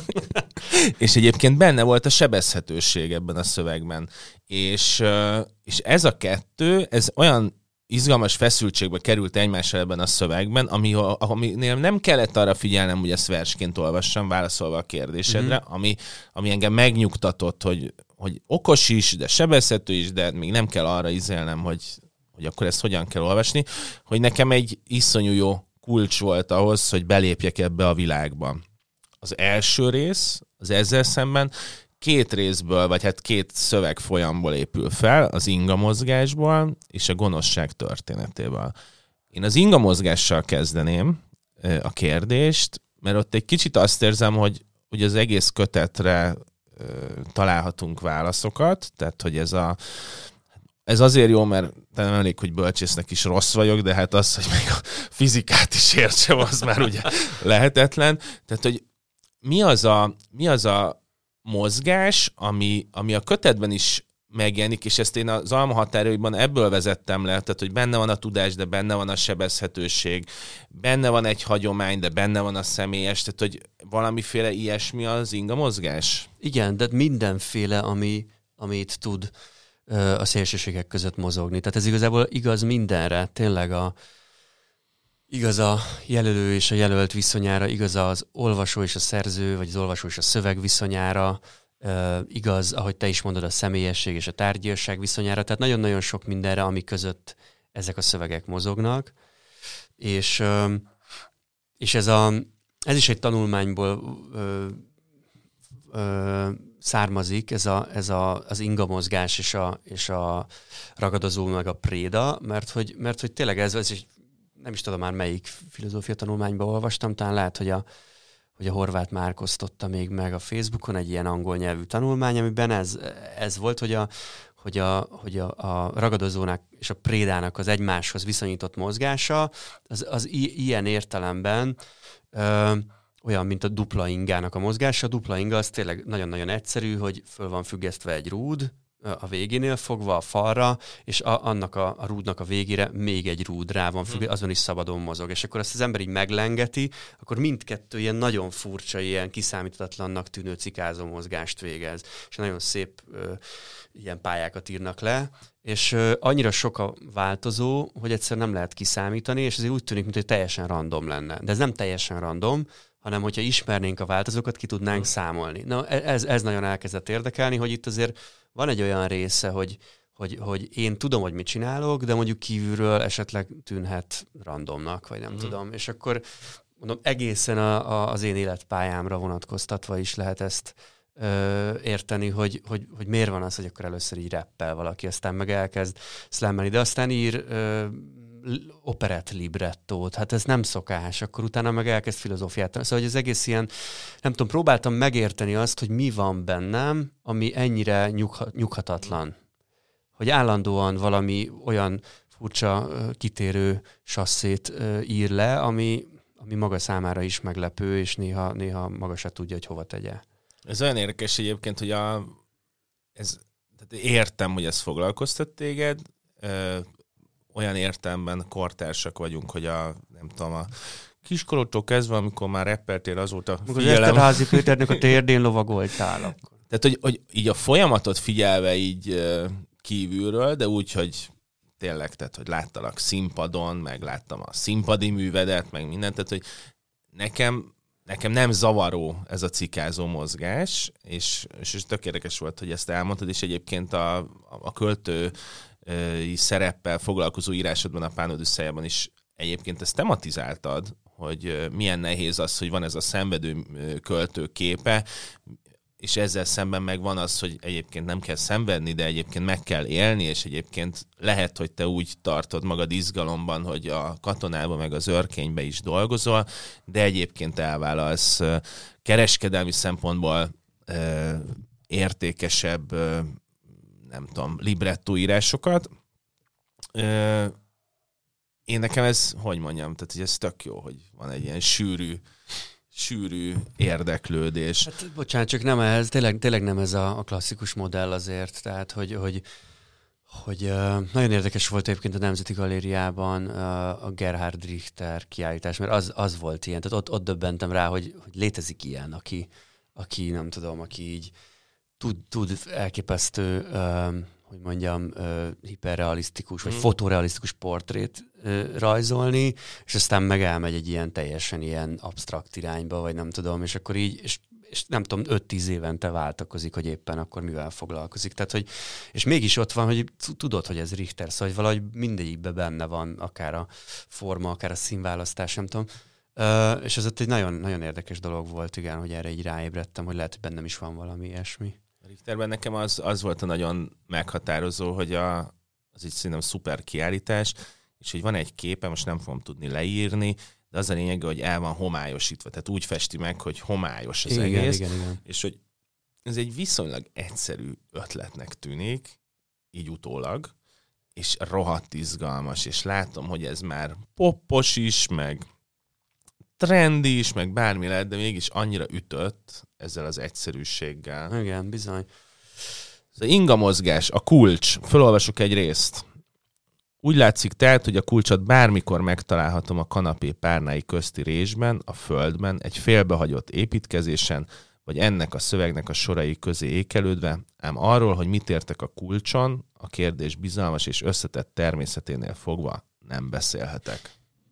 És egyébként benne volt a sebezhetőség ebben a szövegben. És, és ez a kettő, ez olyan izgalmas feszültségbe került egymással ebben a szövegben, ami, aminél nem kellett arra figyelnem, hogy ezt versként olvassam, válaszolva a kérdésedre, mm-hmm. ami, ami engem megnyugtatott, hogy, hogy okos is, de sebezhető is, de még nem kell arra izélnem, hogy, hogy akkor ezt hogyan kell olvasni, hogy nekem egy iszonyú jó kulcs volt ahhoz, hogy belépjek ebbe a világba. Az első rész, az ezzel szemben két részből, vagy hát két szövegfolyamból épül fel, az ingamozgásból és a gonoszság történetéből. Én az ingamozgással kezdeném a kérdést, mert ott egy kicsit azt érzem, hogy, hogy az egész kötetre találhatunk válaszokat, tehát hogy ez a Ez azért jó, mert nem elég, hogy bölcsésznek is rossz vagyok, de hát az, hogy még a fizikát is értsem, az már ugye lehetetlen. Tehát, hogy mi az a, mi az a mozgás, ami, ami a kötetben is megjelenik, és ezt én az Alma határaiban ebből vezettem le, tehát, hogy benne van a tudás, de benne van a sebezhetőség, benne van egy hagyomány, de benne van a személyes, tehát, hogy valamiféle ilyesmi az ingamozgás? Igen, de mindenféle, ami, amit tud a szélsőségek között mozogni. Tehát ez igazából igaz mindenre, tényleg a, igaz a jelölő és a jelölt viszonyára, igaz az olvasó és a szerző, vagy az olvasó és a szöveg viszonyára, uh, igaz, ahogy te is mondod, a személyesség és a tárgyasság viszonyára, tehát nagyon-nagyon sok mindenre, ami között ezek a szövegek mozognak, és, uh, és ez, a, ez is egy tanulmányból uh, uh, származik, ez, a, ez a, az ingamozgás és a, és a ragadozó meg a préda, mert hogy, mert hogy tényleg ez, ez is, nem is tudom már melyik filozófia tanulmányban olvastam, talán lehet, hogy a, hogy a Horváth Márk osztotta még meg a Facebookon egy ilyen angol nyelvű tanulmány, amiben ez, ez volt, hogy, a, hogy a, hogy a, a ragadozónak és a prédának az egymáshoz viszonyított mozgása, az, az i- ilyen értelemben ö, olyan, mint a dupla ingának a mozgása. A dupla inga az tényleg nagyon-nagyon egyszerű, hogy föl van függesztve egy rúd, a végénél fogva a falra, és a, annak a, a rúdnak a végére még egy rúd rá van függve, azon is szabadon mozog. És akkor azt az ember így meglengeti, akkor mindkettő ilyen nagyon furcsa, ilyen kiszámíthatatlannak tűnő cikázó mozgást végez. És nagyon szép ö, ilyen pályákat írnak le, és ö, annyira sok a változó, hogy egyszer nem lehet kiszámítani, és azért úgy tűnik, mint hogy teljesen random lenne. De ez nem teljesen random, hanem hogyha ismernénk a változókat, ki tudnánk hmm. számolni. Na, ez, ez nagyon elkezdett érdekelni, hogy itt azért van egy olyan része, hogy, hogy, hogy én tudom, hogy mit csinálok, de mondjuk kívülről esetleg tűnhet randomnak, vagy nem hmm. tudom. És akkor mondom, egészen a, a, az én életpályámra vonatkoztatva is lehet ezt ö, érteni, hogy, hogy, hogy miért van az, hogy akkor először így rappel valaki, aztán meg elkezd slammelni, de aztán ír ö, operett librettót, hát ez nem szokás, akkor utána meg elkezd filozófiát. Szóval, hogy az egész ilyen, nem tudom, próbáltam megérteni azt, hogy mi van bennem, ami ennyire nyugha, nyughatatlan. Hogy állandóan valami olyan furcsa, kitérő sasszét ír le, ami, ami maga számára is meglepő, és néha, néha maga se tudja, hogy hova tegye. Ez olyan érdekes egyébként, hogy a, ez, tehát értem, hogy ez foglalkoztat téged, olyan értelemben kortársak vagyunk, hogy a, nem tudom, a kiskorodtól kezdve, amikor már rappeltél, azóta figyelem. Amikor Eszterházy Péternek a térdén lovagoltál akkor. Tehát, hogy, hogy így a folyamatot figyelve így kívülről, de úgy, hogy tényleg, tehát, hogy láttalak színpadon, meg láttam a színpadi művedet, meg mindent, tehát, hogy nekem, nekem nem zavaró ez a cikázó mozgás, és, és tök érdekes volt, hogy ezt elmondtad, és egyébként a, a költő szereppel foglalkozó írásodban, a Pán Odüsszeájában is egyébként ezt tematizáltad, hogy milyen nehéz az, hogy van ez a szenvedő költő képe, és ezzel szemben meg van az, hogy egyébként nem kell szenvedni, de egyébként meg kell élni, és egyébként lehet, hogy te úgy tartod magad izgalomban, hogy a katonában meg az őrkénybe is dolgozol, de egyébként elvállalsz kereskedelmi szempontból értékesebb, nem tudom, librettó írásokat. Én nekem ez, hogy mondjam, tehát ez tök jó, hogy van egy ilyen sűrű, sűrű érdeklődés. Hát, bocsánat, csak nem ez, tényleg, tényleg nem ez a, a klasszikus modell azért, tehát hogy, hogy, hogy uh, nagyon érdekes volt egyébként a Nemzeti Galériában uh, a Gerhard Richter kiállítás, mert az, az volt ilyen, tehát ott, ott döbbentem rá, hogy, hogy létezik ilyen, aki, aki nem tudom, aki így tud, tud elképesztő, uh, hogy mondjam, uh, hiperrealisztikus, vagy mm. fotorealisztikus portrét uh, rajzolni, és aztán meg elmegy egy ilyen teljesen ilyen absztrakt irányba, vagy nem tudom, és akkor így, és, és nem tudom, öt-tíz évente váltakozik, hogy éppen akkor mivel foglalkozik. Tehát, hogy, és mégis ott van, hogy tudod, hogy ez Richter, szóval hogy valahogy mindegyikben benne van, akár a forma, akár a színválasztás, nem tudom. Uh, és ez ott egy nagyon, nagyon érdekes dolog volt, igen, hogy erre így ráébredtem, hogy lehet, hogy bennem is van valami ilyesmi. Richterben nekem az, az volt a nagyon meghatározó, hogy a, az így szerintem szuper kiállítás, és hogy van egy képe, most nem fogom tudni leírni, de az a lényege, hogy el van homályosítva, tehát úgy festi meg, hogy homályos az igen, egész, igen, igen. és hogy ez egy viszonylag egyszerű ötletnek tűnik, így utólag, és rohadt izgalmas, és látom, hogy ez már poppos is, meg trendi is, meg bármi lehet, de mégis annyira ütött ezzel az egyszerűséggel. Igen, bizony. Az inga mozgás, a kulcs. Felolvasok egy részt. Úgy látszik tehát, hogy a kulcsot bármikor megtalálhatom a kanapé párnái közti résben, a földben, egy félbehagyott építkezésen, vagy ennek a szövegnek a sorai közé ékelődve, ám arról, hogy mit értek a kulcson, a kérdés bizalmas és összetett természeténél fogva nem beszélhetek.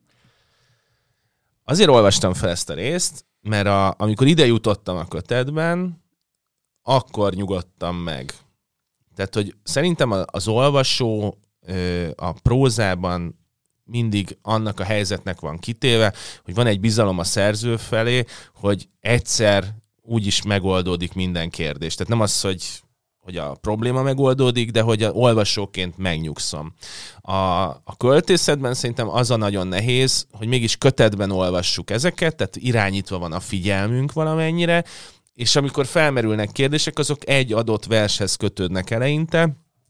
Azért olvastam fel ezt a részt, mert a, amikor ide jutottam a kötetben, akkor nyugodtam meg. Tehát, hogy szerintem az olvasó a prózában mindig annak a helyzetnek van kitéve, hogy van egy bizalom a szerző felé, hogy egyszer úgyis megoldódik minden kérdés. Tehát nem az, hogy, hogy a probléma megoldódik, de hogy a olvasóként megnyugszom. A, a költészetben szerintem az a nagyon nehéz, hogy mégis kötetben olvassuk ezeket, tehát irányítva van a figyelmünk valamennyire, és amikor felmerülnek kérdések, azok egy adott vershez kötődnek eleinte,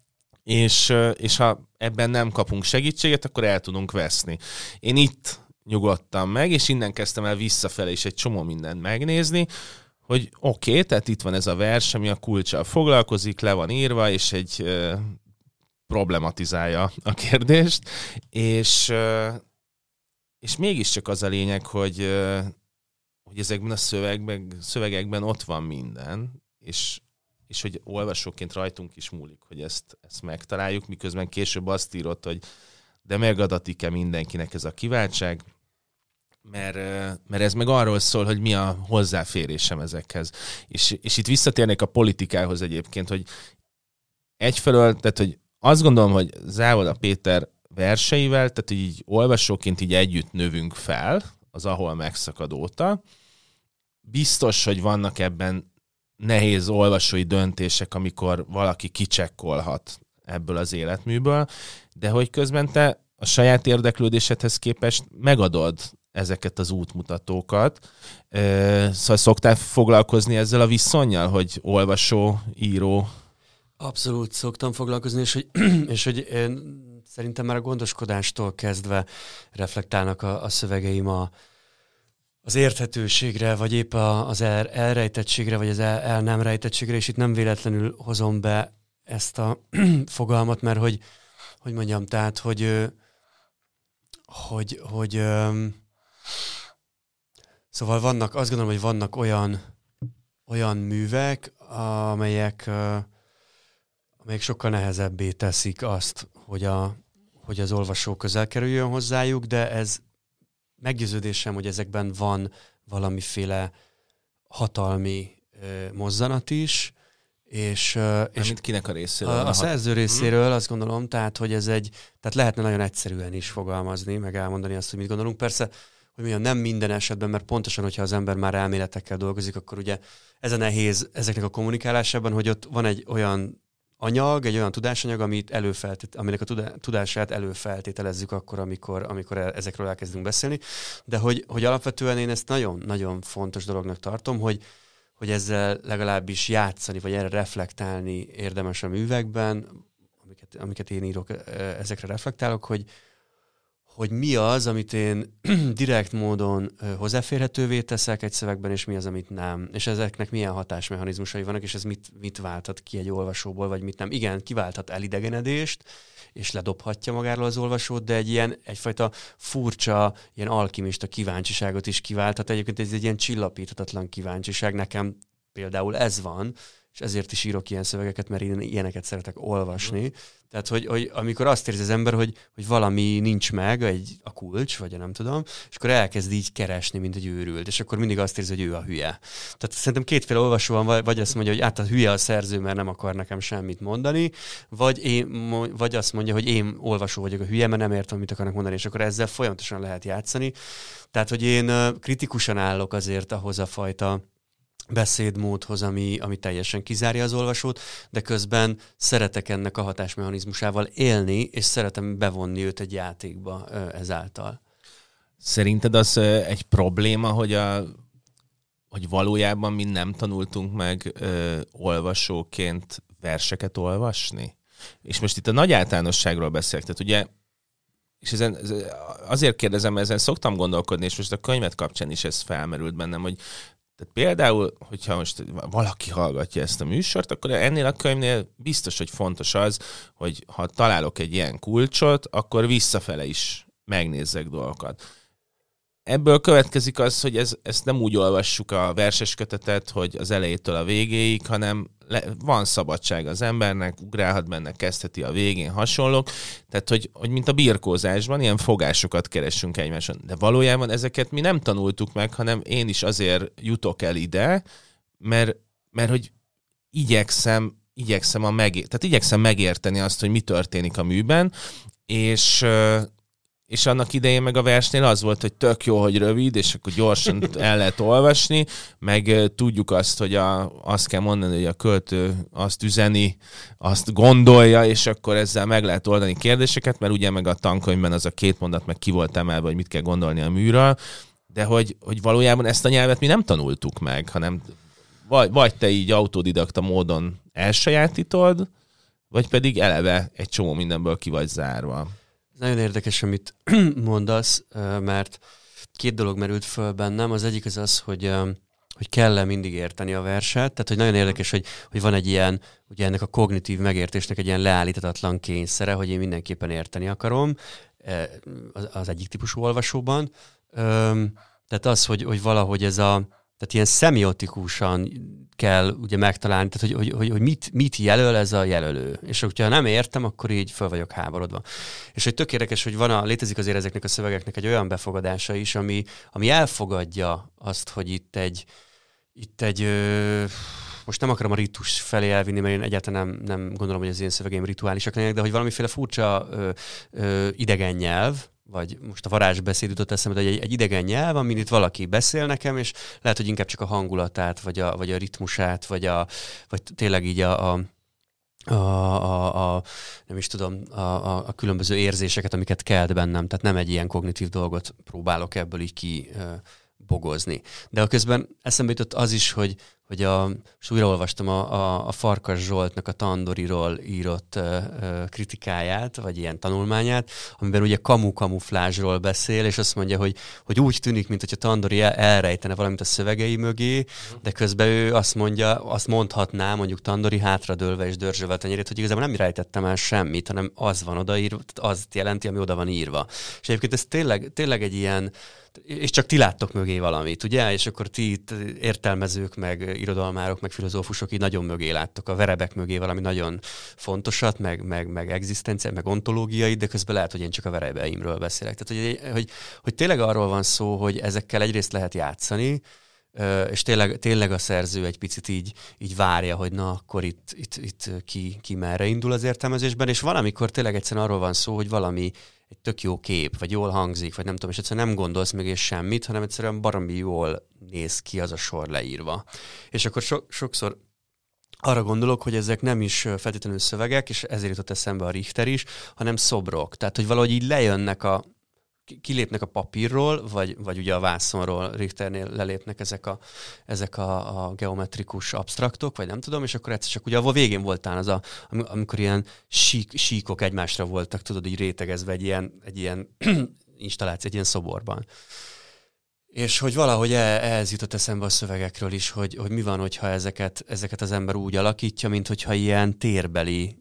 és, és ha ebben nem kapunk segítséget, akkor el tudunk veszni. Én itt nyugodtam meg, és innen kezdtem el visszafelé is egy csomó mindent megnézni, hogy oké, okay, tehát itt van ez a vers, ami a kulccsal foglalkozik, le van írva, és egy ö, problematizálja a kérdést, és, ö, és mégiscsak az a lényeg, hogy, ö, hogy ezekben a szövegben, szövegekben ott van minden, és, és hogy olvasóként rajtunk is múlik, hogy ezt, ezt megtaláljuk, miközben később azt írott, hogy de megadatik-e mindenkinek ez a kiváltság, mert, mert ez meg arról szól, hogy mi a hozzáférésem ezekhez. És, és itt visszatérnék a politikához egyébként, hogy egyfelől, tehát hogy azt gondolom, hogy Závoda Péter verseivel, tehát hogy így olvasóként így együtt növünk fel, az ahol megszakad óta. Biztos, hogy vannak ebben nehéz olvasói döntések, amikor valaki kicsekkolhat ebből az életműből, de hogy közben te a saját érdeklődésedhez képest megadod ezeket az útmutatókat. Szóval szoktál foglalkozni ezzel a viszonnyal, hogy olvasó, író? Abszolút szoktam foglalkozni, és hogy, és hogy én szerintem már a gondoskodástól kezdve reflektálnak a, a szövegeim a, az érthetőségre, vagy épp a, az el, elrejtettségre, vagy az el, el nem rejtettségre, és itt nem véletlenül hozom be ezt a fogalmat, mert hogy, hogy mondjam, tehát, hogy hogy, hogy öm, szóval vannak, azt gondolom, hogy vannak olyan, olyan művek, amelyek, ö, amelyek sokkal nehezebbé teszik azt, hogy, a, hogy az olvasó közel kerüljön hozzájuk, de ez meggyőződésem, hogy ezekben van valamiféle hatalmi ö, mozzanat is, és, és mint kinek a részéről? A, a szerző részéről hmm. azt gondolom, tehát, hogy ez egy, tehát lehetne nagyon egyszerűen is fogalmazni, meg elmondani azt, hogy mit gondolunk. Persze, hogy mondjam, nem minden esetben, mert pontosan, hogyha az ember már elméletekkel dolgozik, akkor ugye ez a nehéz ezeknek a kommunikálásában, hogy ott van egy olyan anyag, egy olyan tudásanyag, amit előfeltét, aminek a tudását előfeltételezzük akkor, amikor, amikor ezekről elkezdünk beszélni. De hogy, hogy alapvetően én ezt nagyon-nagyon fontos dolognak tartom, hogy hogy ezzel legalábbis játszani, vagy erre reflektálni érdemes a művekben, amiket, amiket én írok, ezekre reflektálok, hogy, hogy mi az, amit én direkt módon hozzáférhetővé teszek egy szövegben, és mi az, amit nem. És ezeknek milyen hatásmechanizmusai vannak, és ez mit, mit válthat ki egy olvasóból, vagy mit nem. Igen, kiválthat elidegenedést, és ledobhatja magáról az olvasót, de egy ilyen, egyfajta furcsa, ilyen alkimista kíváncsiságot is kiválthat. Egyébként ez egy ilyen csillapíthatatlan kíváncsiság. Nekem például ez van, és ezért is írok ilyen szövegeket, mert én ilyeneket szeretek olvasni. Tehát, hogy, hogy amikor azt érzi az ember, hogy, hogy valami nincs meg, egy, a kulcs, vagy a nem tudom, és akkor elkezd így keresni, mint egy őrült, és akkor mindig azt érzi, hogy ő a hülye. Tehát szerintem kétféle olvasó van, vagy azt mondja, hogy át a hülye a szerző, mert nem akar nekem semmit mondani, vagy, én, vagy azt mondja, hogy én olvasó vagyok a hülye, mert nem értem, mit akarnak mondani, és akkor ezzel folyamatosan lehet játszani. Tehát, hogy én kritikusan állok azért ahhoz a fajta beszédmódhoz, ami, ami teljesen kizárja az olvasót, de közben szeretek ennek a hatásmechanizmusával élni, és szeretem bevonni őt egy játékba ezáltal. Szerinted az egy probléma, hogy, a, hogy valójában mi nem tanultunk meg ö, olvasóként verseket olvasni? És most itt a nagy általánosságról beszélek, tehát ugye, és ezen, azért kérdezem, mert ezen szoktam gondolkodni, és most a könyvet kapcsán is ez felmerült bennem, hogy tehát például, hogyha most valaki hallgatja ezt a műsort, akkor ennél a könyvnél biztos, hogy fontos az, hogy ha találok egy ilyen kulcsot, akkor visszafele is megnézzek dolgokat. Ebből következik az, hogy ez, ezt nem úgy olvassuk a verses kötetet, hogy az elejétől a végéig, hanem le, van szabadság az embernek, ugrálhat benne, kezdheti a végén, hasonlók. Tehát, hogy, hogy mint a birkózásban, ilyen fogásokat keresünk egymáson. De valójában ezeket mi nem tanultuk meg, hanem én is azért jutok el ide, mert, mert hogy igyekszem, igyekszem, a megé- tehát igyekszem megérteni azt, hogy mi történik a műben, és... És annak idején meg a versnél az volt, hogy tök jó, hogy rövid, és akkor gyorsan el lehet olvasni, meg tudjuk azt, hogy a, azt kell mondani, hogy a költő azt üzeni, azt gondolja, és akkor ezzel meg lehet oldani kérdéseket, mert ugye meg a tankönyvben az a két mondat meg ki volt emelve, hogy mit kell gondolni a műről, de hogy, hogy valójában ezt a nyelvet mi nem tanultuk meg, hanem vagy, vagy te így autodidakta módon elsajátítod, vagy pedig eleve egy csomó mindenből ki vagy zárva. Ez nagyon érdekes, amit mondasz, mert két dolog merült föl bennem. Az egyik az az, hogy, hogy kell-e mindig érteni a verset. Tehát, hogy nagyon érdekes, hogy, hogy van egy ilyen, ugye ennek a kognitív megértésnek egy ilyen leállíthatatlan kényszere, hogy én mindenképpen érteni akarom az egyik típusú olvasóban. Tehát az, hogy, hogy valahogy ez a, tehát ilyen szemiotikusan kell ugye megtalálni, tehát hogy, hogy, hogy, hogy mit, mit jelöl ez a jelölő. És hogyha nem értem, akkor így föl vagyok háborodva. És hogy tök érdekes, hogy van a, létezik azért ezeknek a szövegeknek egy olyan befogadása is, ami, ami elfogadja azt, hogy itt egy, itt egy ö, most nem akarom a ritus felé elvinni, mert én egyáltalán nem, nem gondolom, hogy az én szövegeim rituálisak lennének, de hogy valamiféle furcsa ö, ö, idegen nyelv, vagy most a varázsbeszéd jutott eszembe, hogy egy, egy idegen nyelv, amin itt valaki beszél nekem, és lehet, hogy inkább csak a hangulatát, vagy a, vagy a ritmusát, vagy, a, vagy tényleg így a, a, a, a, a nem is tudom, a, a, a különböző érzéseket, amiket kelt bennem. Tehát nem egy ilyen kognitív dolgot próbálok ebből így ki bogozni. De a közben eszembe jutott az is, hogy, hogy a, és újra olvastam a, a, a Farkas Zsoltnak a Tandoriról írott uh, uh, kritikáját, vagy ilyen tanulmányát, amiben ugye kamu-kamuflázsról beszél, és azt mondja, hogy, hogy úgy tűnik, mintha Tandori el, elrejtene valamit a szövegei mögé, de közben ő azt mondja, azt mondhatná, mondjuk Tandori hátradőlve és dörzsölve a tenyerét, hogy igazából nem rejtettem el semmit, hanem az van odaírva, az jelenti, ami oda van írva. És egyébként ez tényleg, tényleg egy ilyen, és csak ti láttok mögé valamit, ugye? És akkor ti itt értelmezők, meg irodalmárok, meg filozófusok így nagyon mögé láttok, a verebek mögé valami nagyon fontosat, meg, meg, meg egzisztencia, meg ontológiai, de közben lehet, hogy én csak a verebeimről beszélek. Tehát, hogy, hogy, hogy tényleg arról van szó, hogy ezekkel egyrészt lehet játszani, és tényleg, tényleg a szerző egy picit így, így várja, hogy na, akkor itt, itt, itt ki, ki merre indul az értelmezésben, és valamikor tényleg egyszerűen arról van szó, hogy valami egy tök jó kép, vagy jól hangzik, vagy nem tudom, és egyszerűen nem gondolsz meg és semmit, hanem egyszerűen baromi jól néz ki az a sor leírva. És akkor so, sokszor arra gondolok, hogy ezek nem is feltétlenül szövegek, és ezért jutott eszembe a Richter is, hanem szobrok. Tehát, hogy valahogy így lejönnek a kilépnek a papírról, vagy, vagy ugye a vászonról, Richternél lelépnek ezek a, ezek a, a geometrikus absztraktok, vagy nem tudom, és akkor egyszer csak ugye a végén voltál az a, amikor ilyen sík, síkok egymásra voltak, tudod, így rétegezve egy ilyen, egy ilyen installáció, egy ilyen szoborban. És hogy valahogy ehhez jutott eszembe a szövegekről is, hogy, hogy mi van, hogyha ezeket, ezeket az ember úgy alakítja, mint hogyha ilyen térbeli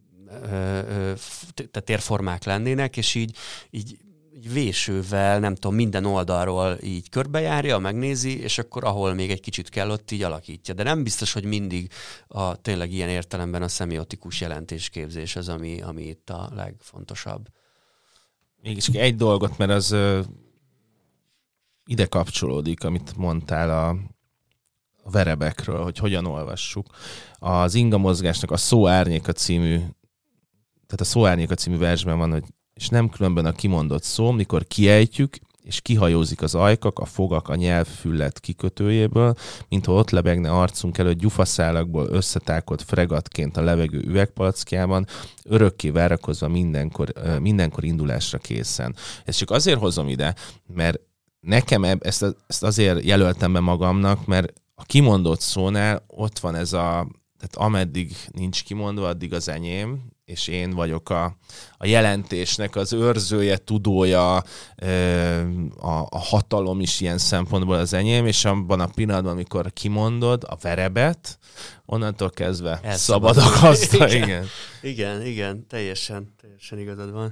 tehát térformák lennének, és így, így vésővel, nem tudom, minden oldalról így körbejárja, megnézi, és akkor ahol még egy kicsit kell, ott így alakítja. De nem biztos, hogy mindig a, tényleg ilyen értelemben a szemiotikus jelentésképzés az, ami, ami itt a legfontosabb. Mégis egy dolgot, mert az ö, ide kapcsolódik, amit mondtál a, a verebekről, hogy hogyan olvassuk. Az Inga mozgásnak a Szó árnyéka című, tehát a Szó árnyéka című versben van, hogy és nem különben a kimondott szó, mikor kiejtjük, és kihajózik az ajkak, a fogak, a nyelv füllet kikötőjéből, mintha ott lebegne arcunk előtt gyufaszálakból összetákolt fregatként a levegő üvegpalackjában, örökké várakozva mindenkor, mindenkor indulásra készen. Ezt csak azért hozom ide, mert nekem ezt, ezt azért jelöltem be magamnak, mert a kimondott szónál ott van ez a, tehát ameddig nincs kimondva, addig az enyém, és én vagyok a, a jelentésnek az őrzője, tudója, a, a hatalom is ilyen szempontból az enyém, és abban a pillanatban, amikor kimondod a verebet, onnantól kezdve szabad a gazda. Igen. igen. igen, igen, teljesen, teljesen igazad van.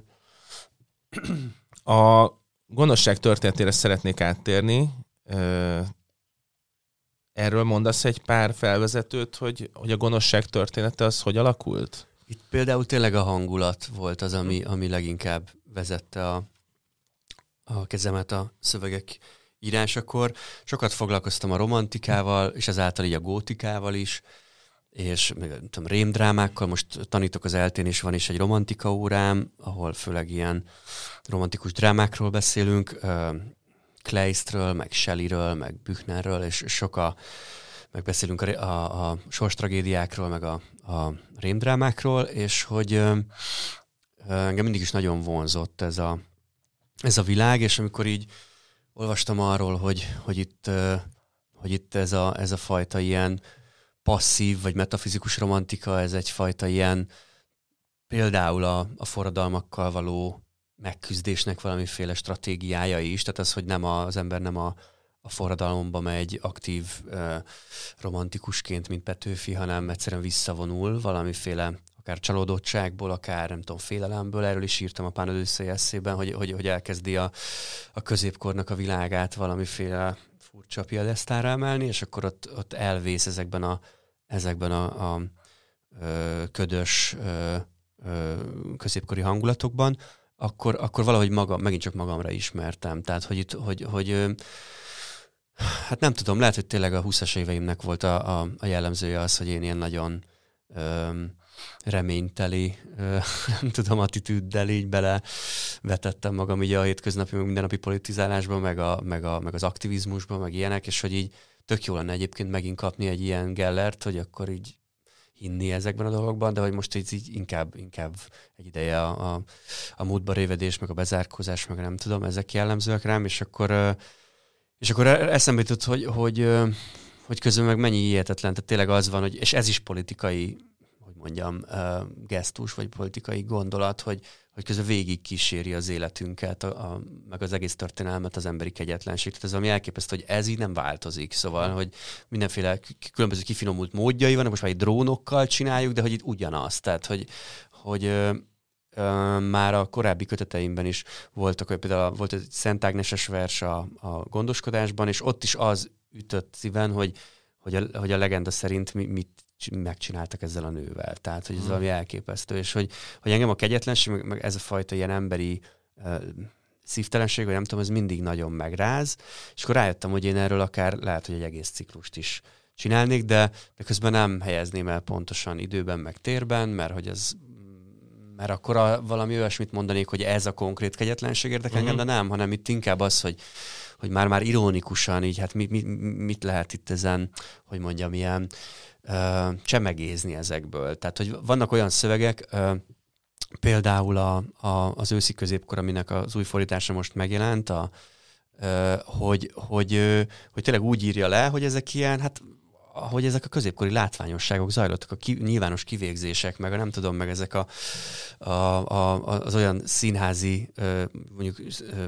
A gonoszság történetére szeretnék áttérni. Erről mondasz egy pár felvezetőt, hogy, hogy a gonoszság története az hogy alakult? Itt például tényleg a hangulat volt az, ami, ami leginkább vezette a, a kezemet a szövegek írásakor. Sokat foglalkoztam a romantikával, és ezáltal így a gótikával is, és nem tudom, rémdrámákkal. Most tanítok az eltén, és van is egy romantika órám, ahol főleg ilyen romantikus drámákról beszélünk, Kleistről, meg Shelleyről, meg Büchnerről, és sok a meg beszélünk a, a, a sorstragédiákról, meg a, a rémdrámákról, és hogy ö, engem mindig is nagyon vonzott ez a, ez a világ, és amikor így olvastam arról, hogy, hogy, itt, ö, hogy itt ez a, ez a fajta ilyen passzív, vagy metafizikus romantika, ez egyfajta ilyen például a, a forradalmakkal való megküzdésnek valamiféle stratégiája is, tehát az, hogy nem a, az ember nem a, a forradalomba megy aktív uh, romantikusként, mint Petőfi, hanem egyszerűen visszavonul valamiféle akár csalódottságból, akár nem tudom, félelemből. Erről is írtam a Pán Odüsszei esszében, hogy, hogy, hogy elkezdi a, a középkornak a világát valamiféle furcsa piedesztára emelni, és akkor ott, ott elvész ezekben a, ezekben a, a ö, ködös ö, ö, középkori hangulatokban, akkor, akkor valahogy maga, megint csak magamra ismertem. Tehát, hogy, itt, hogy, hogy ö, hát nem tudom, lehet, hogy tényleg a húszas éveimnek volt a, a, a jellemzője az, hogy én ilyen nagyon ö, reményteli, ö, nem tudom, attitűddel így bele vetettem magam így a hétköznapi, mindennapi politizálásba, meg, a, meg, a, meg az aktivizmusba, meg ilyenek, és hogy így tök jó lenne egyébként megint kapni egy ilyen Gellert, hogy akkor így hinni ezekben a dolgokban, de hogy most így, így inkább, inkább egy ideje a, a, a múltba révedés, meg a bezárkózás, meg nem tudom, ezek jellemzőek rám, és akkor, és akkor eszembe jutott, hogy, hogy, hogy közben meg mennyi hihetetlen, tehát tényleg az van, hogy, és ez is politikai, hogy mondjam, gesztus, vagy politikai gondolat, hogy, hogy közben végig kíséri az életünket, a, a, meg az egész történelmet az emberi kegyetlenség. Tehát ez ami elképesztő, hogy ez így nem változik. Szóval, hogy mindenféle különböző kifinomult módjai vannak, most már így drónokkal csináljuk, de hogy itt ugyanaz. Tehát, hogy, hogy ö, ö, már a korábbi köteteimben is voltak, hogy például volt egy Szent Ágneses vers a, a gondoskodásban, és ott is az ütött szíven, hogy, hogy, a, hogy a legenda szerint mi, mit megcsináltak ezzel a nővel. Tehát, hogy ez hmm. valami elképesztő, és hogy, hogy engem a kegyetlenség, meg, meg ez a fajta ilyen emberi uh, szívtelenség, vagy nem tudom, ez mindig nagyon megráz, és akkor rájöttem, hogy én erről akár lehet, hogy egy egész ciklust is csinálnék, de, de közben nem helyezném el pontosan időben, meg térben, mert hogy ez mert akkor a, valami olyasmit mondanék, hogy ez a konkrét kegyetlenség érdekel engem, uh-huh. de nem, hanem itt inkább az, hogy, hogy már-már ironikusan így, hát mi, mi, mit lehet itt ezen, hogy mondjam, ilyen uh, csemegézni ezekből. Tehát, hogy vannak olyan szövegek, uh, például a, a, az őszi középkor, aminek az új fordítása most megjelent, a, uh, hogy, hogy, uh, hogy tényleg úgy írja le, hogy ezek ilyen, hát hogy ezek a középkori látványosságok zajlottak, a ki, nyilvános kivégzések, meg a nem tudom, meg ezek a, a, a, az olyan színházi, mondjuk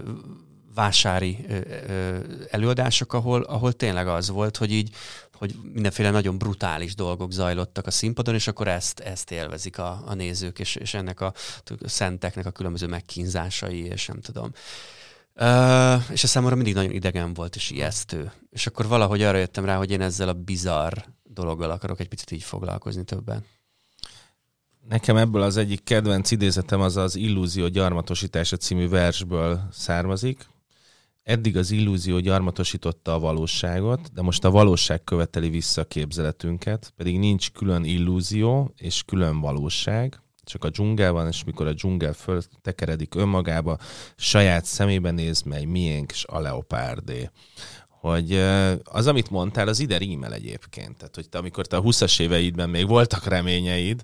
vásári előadások, ahol, ahol tényleg az volt, hogy így, hogy mindenféle nagyon brutális dolgok zajlottak a színpadon, és akkor ezt, ezt élvezik a, a nézők, és, és ennek a, a szenteknek a különböző megkínzásai, és nem tudom. Uh, és ez számomra mindig nagyon idegen volt, és ijesztő. És akkor valahogy arra jöttem rá, hogy én ezzel a bizarr dologgal akarok egy picit így foglalkozni többen. Nekem ebből az egyik kedvenc idézetem az az Illúzió gyarmatosítása című versből származik. Eddig az illúzió gyarmatosította a valóságot, de most a valóság követeli vissza a képzeletünket, pedig nincs külön illúzió és külön valóság, csak a dzsungel van, és mikor a dzsungel föltekeredik önmagába, saját szemébe néz, mely miénk, és a leopárdé. Hogy az, amit mondtál, az ide rímel egyébként. Tehát, hogy te, amikor te a húszas éveidben még voltak reményeid,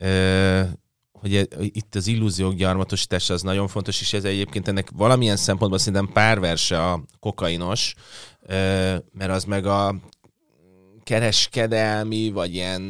hogy itt az illúziók gyarmatosítása az nagyon fontos, és ez egyébként ennek valamilyen szempontból szerintem párverse a kokainos, mert az meg a kereskedelmi, vagy ilyen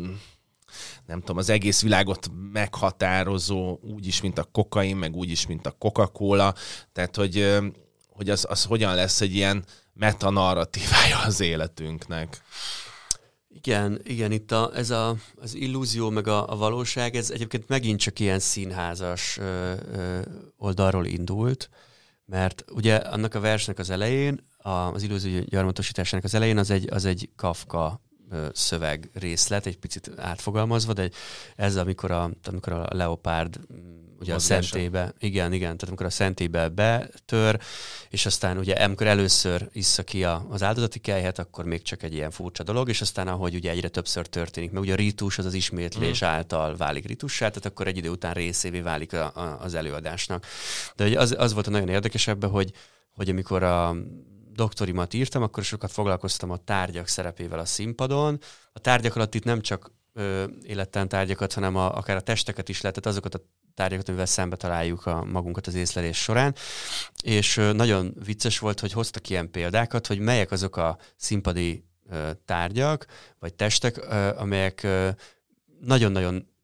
nem tudom, az egész világot meghatározó, úgyis, mint a kokain, meg úgyis, mint a Coca-Cola. Tehát, hogy, hogy az, az hogyan lesz egy ilyen metanarratívája az életünknek. Igen, igen, itt a, ez a, az illúzió meg a, a valóság, ez egyébként megint csak ilyen színházas ö, ö, oldalról indult, mert ugye annak a versnek az elején, a, az illúzió gyarmatosításának az elején az egy, az egy Kafka szöveg részlet, egy picit átfogalmazva, de ez amikor a, amikor a leopárd ugye a szentélybe, igen, igen, tehát amikor a szentélybe betör, és aztán ugye amikor először issza ki a, az áldozati kelyhet, akkor még csak egy ilyen furcsa dolog, és aztán ahogy ugye egyre többször történik, mert ugye a ritus az az ismétlés mm. által válik ritussá, tehát akkor egy idő után részévé válik a, a, az előadásnak. De ugye az, az volt a nagyon érdekes ebben, hogy, hogy amikor a doktorimat írtam, akkor sokat foglalkoztam a tárgyak szerepével a színpadon. A tárgyak alatt itt nem csak ö, élettelen tárgyakat, hanem a, akár a testeket is lehetett, azokat a tárgyakat, amivel szembe találjuk a magunkat az észlelés során. És ö, nagyon vicces volt, hogy hoztak ilyen példákat, hogy melyek azok a színpadi ö, tárgyak, vagy testek, ö, amelyek ö, nagyon-nagyon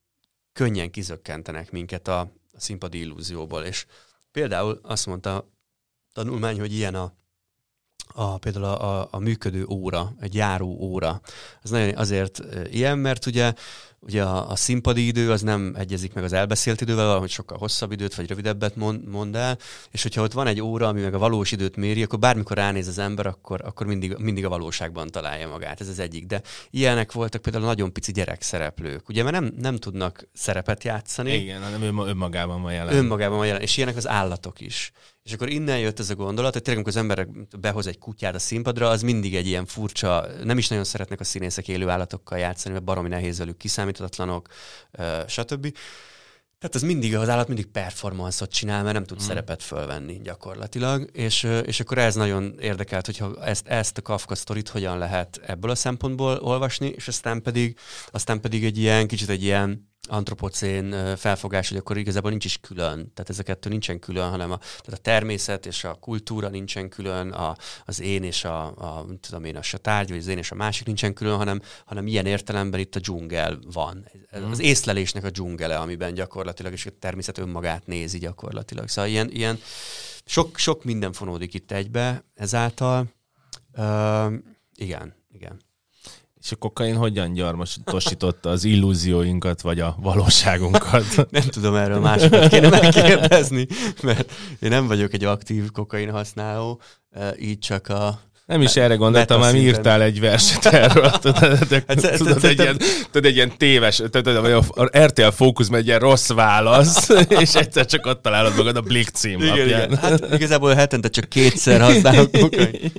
könnyen kizökkentenek minket a, a színpadi illúzióból. És például azt mondta a tanulmány, hogy ilyen a, a például a, a, a működő óra, egy járó óra. Az nagyon azért ilyen, mert ugye Ugye a, a színpadi idő az nem egyezik meg az elbeszélt idővel, valahogy sokkal hosszabb időt vagy rövidebbet mond, mond el, és hogyha ott van egy óra, ami meg a valós időt méri, akkor bármikor ránéz az ember, akkor, akkor mindig, mindig a valóságban találja magát. Ez az egyik. De ilyenek voltak például nagyon pici gyerekszereplők, ugye, mert nem, nem tudnak szerepet játszani. Igen, hanem önmagában van jelen. Önmagában van jelen, és ilyenek az állatok is. És akkor innen jött ez a gondolat, hogy tényleg, amikor az ember behoz egy kutyát a színpadra, az mindig egy ilyen furcsa, nem is nagyon szeretnek a színészek élő állatokkal játszani, mert baromi nehéz velük, kiszámíthatatlanok, stb. Tehát az mindig, az állat mindig performance-ot csinál, mert nem tud mm. szerepet fölvenni gyakorlatilag, és, és akkor ez nagyon érdekelt, hogyha ezt, ezt a Kafka sztorit hogyan lehet ebből a szempontból olvasni, és aztán pedig, aztán pedig egy ilyen, kicsit egy ilyen antropocén felfogás, hogy akkor igazából nincs is külön. Tehát ez a kettő nincsen külön, hanem a, tehát a természet és a kultúra nincsen külön, a, az én és a, a, tudom én, a tárgy, vagy az én és a másik nincsen külön, hanem, hanem ilyen értelemben itt a dzsungel van. Az észlelésnek a dzsungele, amiben gyakorlatilag, és a természet önmagát nézi gyakorlatilag. Szóval ilyen, ilyen sok, sok minden fonódik itt egybe ezáltal. Uh, igen, igen. És a kokain hogyan gyarmatosította az illúzióinkat, vagy a valóságunkat? Nem tudom, erről másokat kéne megkérdezni, mert én nem vagyok egy aktív kokain használó, így csak a... Nem is erre gondoltam, már írtál egy verset erről. Tudod, egy ilyen, tudod, egy ilyen téves, tudod, a er té el Fókuszban egy ilyen rossz válasz, és egyszer csak ott találod magad a Blick címlapján. Igen, igen. Hát igazából hetente csak kétszer használok kokain.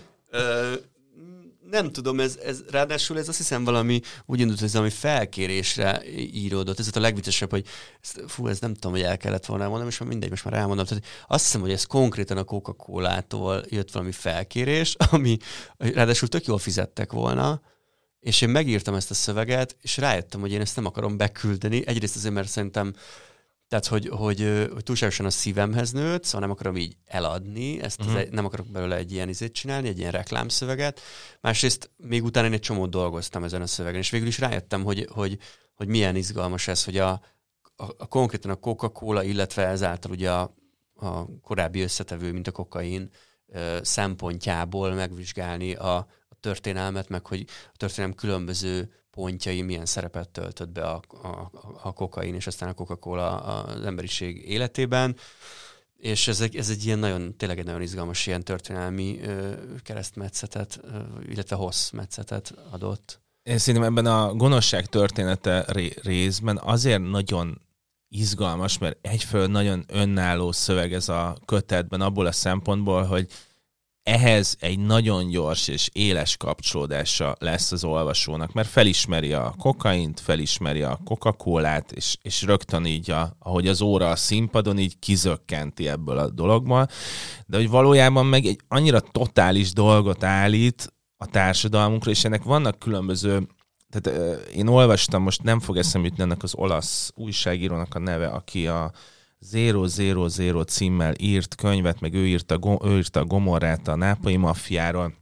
Nem tudom, ez, ez, ráadásul ez azt hiszem valami, úgy indult, hogy ez valami felkérésre íródott. Ez a legviccesebb, hogy ezt, fú, ez nem tudom, hogy el kellett volna mondanom, és mindegy, most már elmondom. Tehát azt hiszem, hogy ez konkrétan a Coca-Colától jött valami felkérés, ami ráadásul tök jól fizettek volna, és én megírtam ezt a szöveget, és rájöttem, hogy én ezt nem akarom beküldeni. Egyrészt azért, mert szerintem Tehát, hogy, hogy, hogy túlságosan a szívemhez nőtt, szóval nem akarom így eladni, ezt uh-huh. az, nem akarok belőle egy ilyen izét csinálni, egy ilyen reklámszöveget. Másrészt még utána én egy csomót dolgoztam ezen a szövegen, és végül is rájöttem, hogy, hogy, hogy milyen izgalmas ez, hogy a, a, a konkrétan a Coca-Cola, illetve ezáltal ugye a, a korábbi összetevő, mint a kokain szempontjából megvizsgálni a, a történelmet, meg hogy a történelem különböző pontjai milyen szerepet töltött be a, a, a kokain, és aztán a Coca-Cola az emberiség életében. És ez egy, ez egy ilyen nagyon, tényleg egy nagyon izgalmas ilyen történelmi ö, keresztmetszetet, ö, illetve hosszmetszetet adott. Én szerintem ebben a gonoszság története ré- részben azért nagyon izgalmas, mert egyfelől nagyon önálló szöveg ez a kötetben abból a szempontból, hogy ehhez egy nagyon gyors és éles kapcsolódása lesz az olvasónak, mert felismeri a kokaint, felismeri a Coca-Colát, és, és rögtön így, a, ahogy az óra a színpadon, így kizökkenti ebből a dologból, de hogy valójában meg egy annyira totális dolgot állít a társadalmunkra, és ennek vannak különböző, tehát euh, én olvastam, most nem fog eszembe jutni ennek az olasz újságírónak a neve, aki a zéro zéro zéro címmel írt könyvet, meg ő írta, ő írta a Gomorrát a nápolyi maffiáról,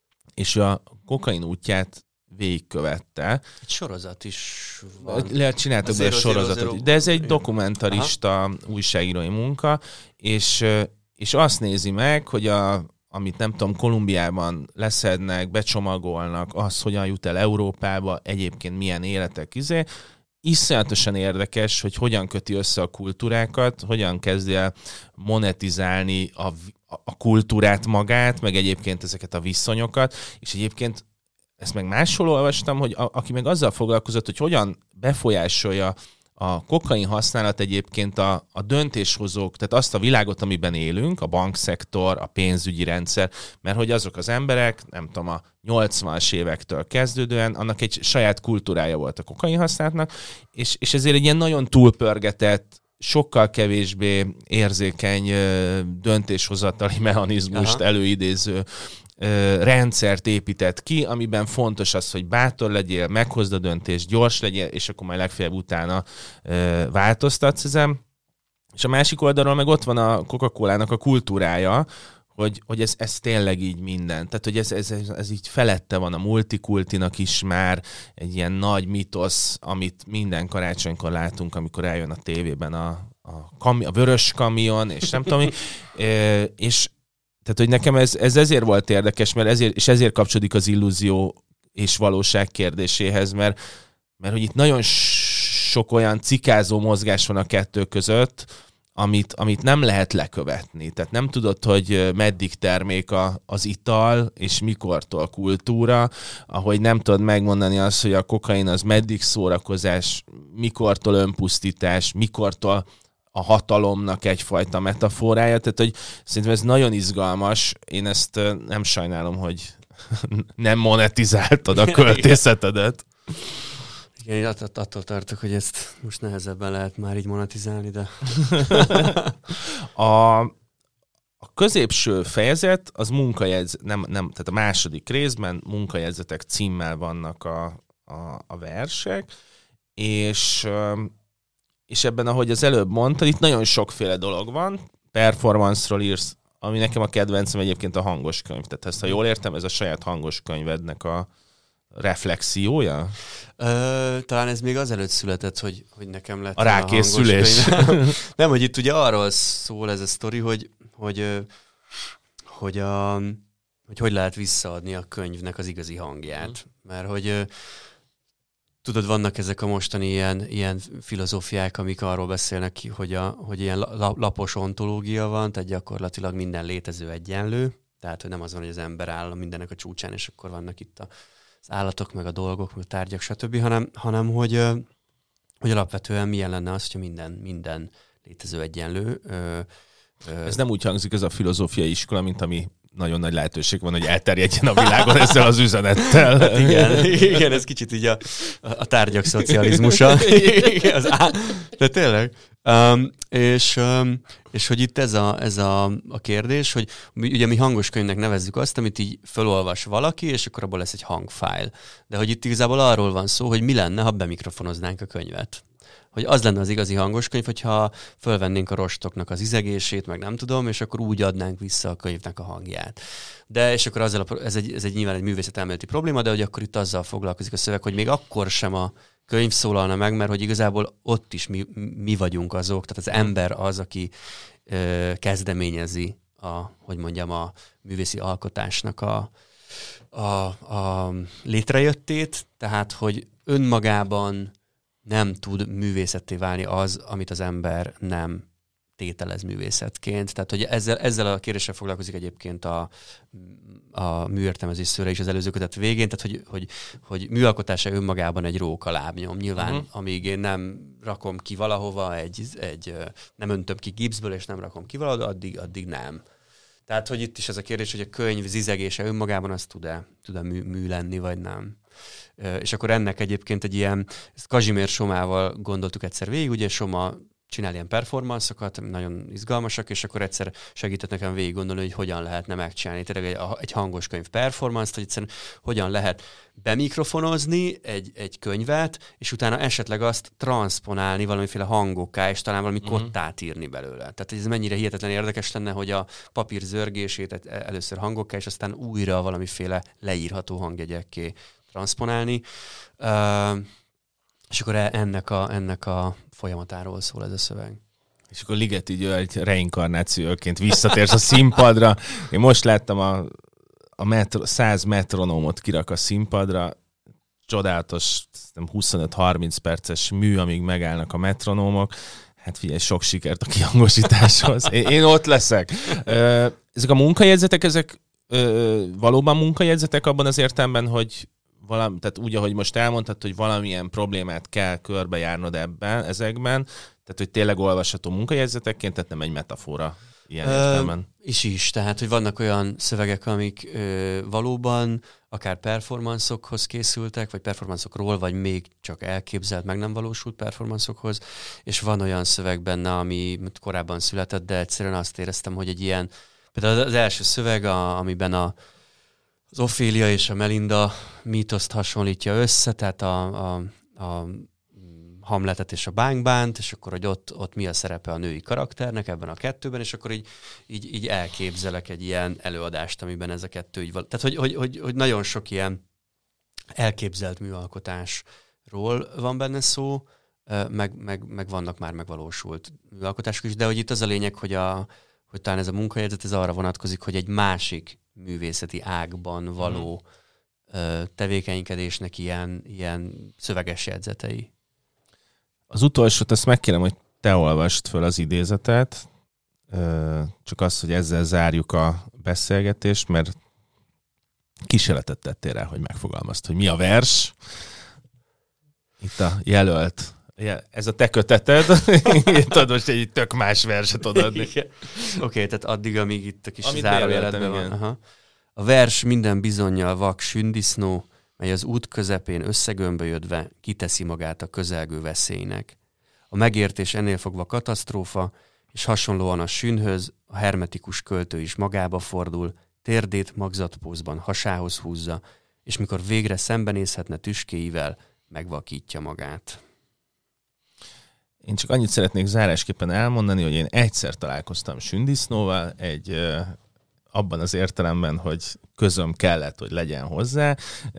és a kokain útját végigkövette. Egy sorozat is van. Lehet csináltak be a sorozatot is, de ez egy dokumentarista aha. újságírói munka, és, és azt nézi meg, hogy a, amit nem tudom, Kolumbiában leszednek, becsomagolnak, az hogyan jut el Európába, egyébként milyen életek izé, iszonyatosan érdekes, hogy hogyan köti össze a kultúrákat, hogyan kezdi el monetizálni a, a kultúrát magát, meg egyébként ezeket a viszonyokat, és egyébként ezt meg máshol olvastam, hogy a, aki meg azzal foglalkozott, hogy hogyan befolyásolja a kokain használat egyébként a, a döntéshozók, tehát azt a világot, amiben élünk, a bankszektor, a pénzügyi rendszer, mert hogy azok az emberek, nem tudom, a nyolcvanas évektől kezdődően, annak egy saját kultúrája volt a kokain használatnak, és, és ezért egy ilyen nagyon túlpörgetett, sokkal kevésbé érzékeny döntéshozatali mechanizmust aha. előidéző rendszert épített ki, amiben fontos az, hogy bátor legyél, meghozd a döntést, gyors legyél, és akkor majd legfeljebb utána változtatsz ezen. És a másik oldalról meg ott van a Coca-Colának a kultúrája, hogy, hogy ez, ez tényleg így minden. Tehát, hogy ez, ez, ez, ez így felette van a multikultinak is már, egy ilyen nagy mitosz, amit minden karácsonykor látunk, amikor eljön a tévében a, a, kami, a vörös kamion, és nem tudom mi. E, és tehát, hogy nekem ez, ez ezért volt érdekes, mert ezért, és ezért kapcsolódik az illúzió és valóság kérdéséhez, mert, mert hogy itt nagyon sok olyan cikázó mozgás van a kettő között, amit, amit nem lehet lekövetni. Tehát nem tudod, hogy meddig termék a, az ital, és mikortól kultúra, ahogy nem tudod megmondani azt, hogy a kokain az meddig szórakozás, mikortól önpusztítás, mikortól a hatalomnak egyfajta metaforája. Tehát, hogy szerintem ez nagyon izgalmas. Én ezt nem sajnálom, hogy nem monetizáltad a költészetedet. Igen, att- attól tartok, hogy ezt most nehezebben lehet már így monetizálni, de... a, a középső fejezet az munkajegyzet, nem, nem, tehát a második részben munkajegyzetek címmel vannak a, a, a versek, és, és ebben, ahogy az előbb mondtad, itt nagyon sokféle dolog van. Performance-ról írsz, ami nekem a kedvencem egyébként a hangos könyv. Tehát ezt, ha jól értem, ez a saját hangos könyvednek a reflexiója? Ö, talán ez még azelőtt született, hogy, hogy nekem lett a rákészülés. Nem, hogy itt ugye arról szól ez a sztori, hogy hogy, hogy, a, hogy hogy lehet visszaadni a könyvnek az igazi hangját. Mert hogy tudod, vannak ezek a mostani ilyen, ilyen filozófiák, amik arról beszélnek ki, hogy, a, hogy ilyen lapos ontológia van, tehát gyakorlatilag minden létező egyenlő. Tehát, hogy nem az van, hogy az ember áll mindennek a csúcsán, és akkor vannak itt a az állatok, meg a dolgok, meg a tárgyak, stb., hanem, hanem hogy, hogy alapvetően milyen lenne az, hogyha minden, minden létező egyenlő. Ö, ö... Ez nem úgy hangzik, ez a filozófiai iskola, mint ami nagyon nagy lehetőség van, hogy elterjedjen a világon ezzel az üzenettel. Hát igen, igen, ez kicsit így a, a tárgyak szocializmusa. az á... De tényleg. Um, és, um, és hogy itt ez a, ez a, a kérdés, hogy ugye mi hangos könyvnek nevezzük azt, amit így felolvas valaki, és akkor abból lesz egy hangfájl. De hogy itt igazából arról van szó, hogy mi lenne, ha bemikrofonoznánk a könyvet. Hogy az lenne az igazi hangos könyv, hogyha fölvennénk a rostoknak az izegését, meg nem tudom, és akkor úgy adnánk vissza a könyvnek a hangját. De, és akkor azzal a, ez, egy, ez egy nyilván egy művészetelméleti probléma, de hogy akkor itt azzal foglalkozik a szöveg, hogy még akkor sem a könyv szólalna meg, mert hogy igazából ott is mi, mi vagyunk azok, tehát az ember az, aki ö, kezdeményezi a, hogy mondjam, a művészi alkotásnak a, a, a létrejöttét, tehát hogy önmagában nem tud művészetté válni az, amit az ember nem tételez művészetként. Tehát, hogy ezzel, ezzel a kérdéssel foglalkozik egyébként a, a műértelmezés szőre is az előző kötet végén, tehát, hogy, hogy, hogy műalkotása önmagában egy róka lábnyom. Nyilván, uh-huh. amíg én nem rakom ki valahova, egy, egy, nem öntöm ki gipszből, és nem rakom ki valahova, addig, addig nem. Tehát, hogy itt is ez a kérdés, hogy a könyv zizegése önmagában az tud-e, tud-e mű, mű lenni, vagy nem. És akkor ennek egyébként egy ilyen, ezt Kazsimér Somával gondoltuk egyszer végig, ugye Soma csinál ilyen performanszokat, nagyon izgalmasak, és akkor egyszer segített nekem végig gondolni, hogy hogyan lehetne megcsinálni tényleg egy, egy hangos könyv performance-t, hogy egyszerűen hogyan lehet bemikrofonozni egy, egy könyvet, és utána esetleg azt transponálni valamiféle hangokká, és talán valami uh-huh. kottát írni belőle. Tehát ez mennyire hihetetlen érdekes lenne, hogy a papír zörgését először hangokká, és aztán újra valamiféle leírható hangjegyekké transponálni. Uh, és akkor ennek a, ennek a folyamatáról szól ez a szöveg. És akkor Ligeti György reinkarnációként visszatérsz a színpadra. Én most láttam a, a metro, száz metronómot kirak a színpadra. Csodálatos, huszonöt-harminc perces mű, amíg megállnak a metronómok. Hát figyelj, sok sikert a kihangosításhoz. Én, én ott leszek. Ezek a munkajegyzetek, ezek valóban munkajegyzetek abban az értelemben, hogy valami, tehát úgy, ahogy most elmondtad, hogy valamilyen problémát kell körbejárnod ebben, ezekben, tehát hogy tényleg olvasható munkajegyzetekként, tehát nem egy metafora ilyen értelemben. Is is, tehát hogy vannak olyan szövegek, amik ö, valóban akár performanszokhoz készültek, vagy performanszokról, vagy még csak elképzelt, meg nem valósult performanszokhoz, és van olyan szöveg benne, ami korábban született, de egyszerűen azt éreztem, hogy egy ilyen, például az első szöveg, a, amiben a az Ophélia és a Melinda mítoszt hasonlítja össze, tehát a, a, a Hamletet és a Bánk Bánt, és akkor, hogy ott, ott mi a szerepe a női karakternek ebben a kettőben, és akkor így, így, így elképzelek egy ilyen előadást, amiben ez a kettő így van. Tehát, hogy, hogy, hogy, hogy nagyon sok ilyen elképzelt műalkotásról van benne szó, meg, meg, meg vannak már megvalósult műalkotások is, de hogy itt az a lényeg, hogy, a, hogy talán ez a munkajegyzet ez arra vonatkozik, hogy egy másik művészeti ágban való mm. tevékenykedésnek ilyen, ilyen szöveges jegyzetei. Az utolsót, azt megkérem, hogy te olvasd föl az idézetet, csak az, hogy ezzel zárjuk a beszélgetést, mert kísérletet tettél rá, hogy megfogalmazd, hogy mi a vers. Itt a jelölt. Ez a te köteted. Tudod, most egy tök más verset odaadni. Oké, okay, tehát addig, amíg itt a kis zárójeletben van. Aha. A vers minden bizonnyal vak sündisznó, mely az út közepén összegömbölyödve kiteszi magát a közelgő veszélynek. A megértés ennél fogva katasztrófa, és hasonlóan a sünhöz a hermetikus költő is magába fordul, térdét magzatpózban hasához húzza, és mikor végre szembenézhetne tüskéivel, megvakítja magát. Én csak annyit szeretnék zárásképpen elmondani, hogy én egyszer találkoztam sündisznóval, egy abban az értelemben, hogy közöm kellett, hogy legyen hozzá.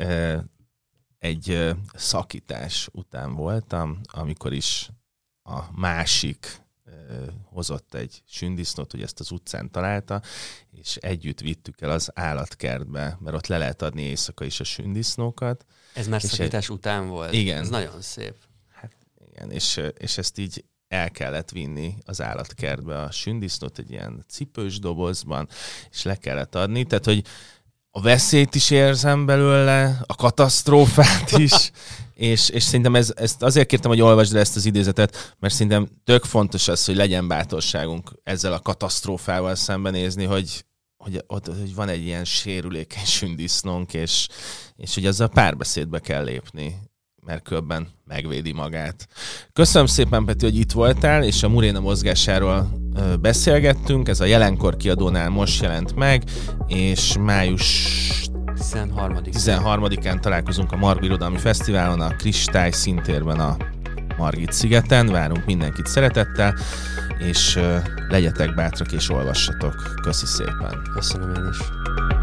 Egy szakítás után voltam, amikor is a másik hozott egy sündisznót, hogy ezt az utcán találta, és együtt vittük el az állatkertbe, mert ott le lehet adni éjszaka is a sündisznókat. Ez már szakítás egy... után volt? Igen. Ez nagyon szép. Hát igen, és, és ezt így el kellett vinni az állatkertbe a sündisznót egy ilyen cipős dobozban, és le kellett adni. Tehát, hogy a veszélyt is érzem belőle, a katasztrófát is, és, és szerintem ez, ezt azért kértem, hogy olvasd el ezt az idézetet, mert szerintem tök fontos az, hogy legyen bátorságunk ezzel a katasztrófával szembenézni, hogy, hogy, hogy van egy ilyen sérülékeny sündisznónk, és, és hogy azzal párbeszédbe kell lépni, mert különben megvédi magát. Köszönöm szépen, Peti, hogy itt voltál, és a Muréna mozgásáról ö, beszélgettünk. Ez a Jelenkor kiadónál most jelent meg, és május tizenharmadikán találkozunk a Margit Irodalmi Fesztiválon, a Kristály szintérben a Margit szigeten. Várunk mindenkit szeretettel, és ö, legyetek bátrak és olvassatok. Köszi szépen. Köszönöm én is.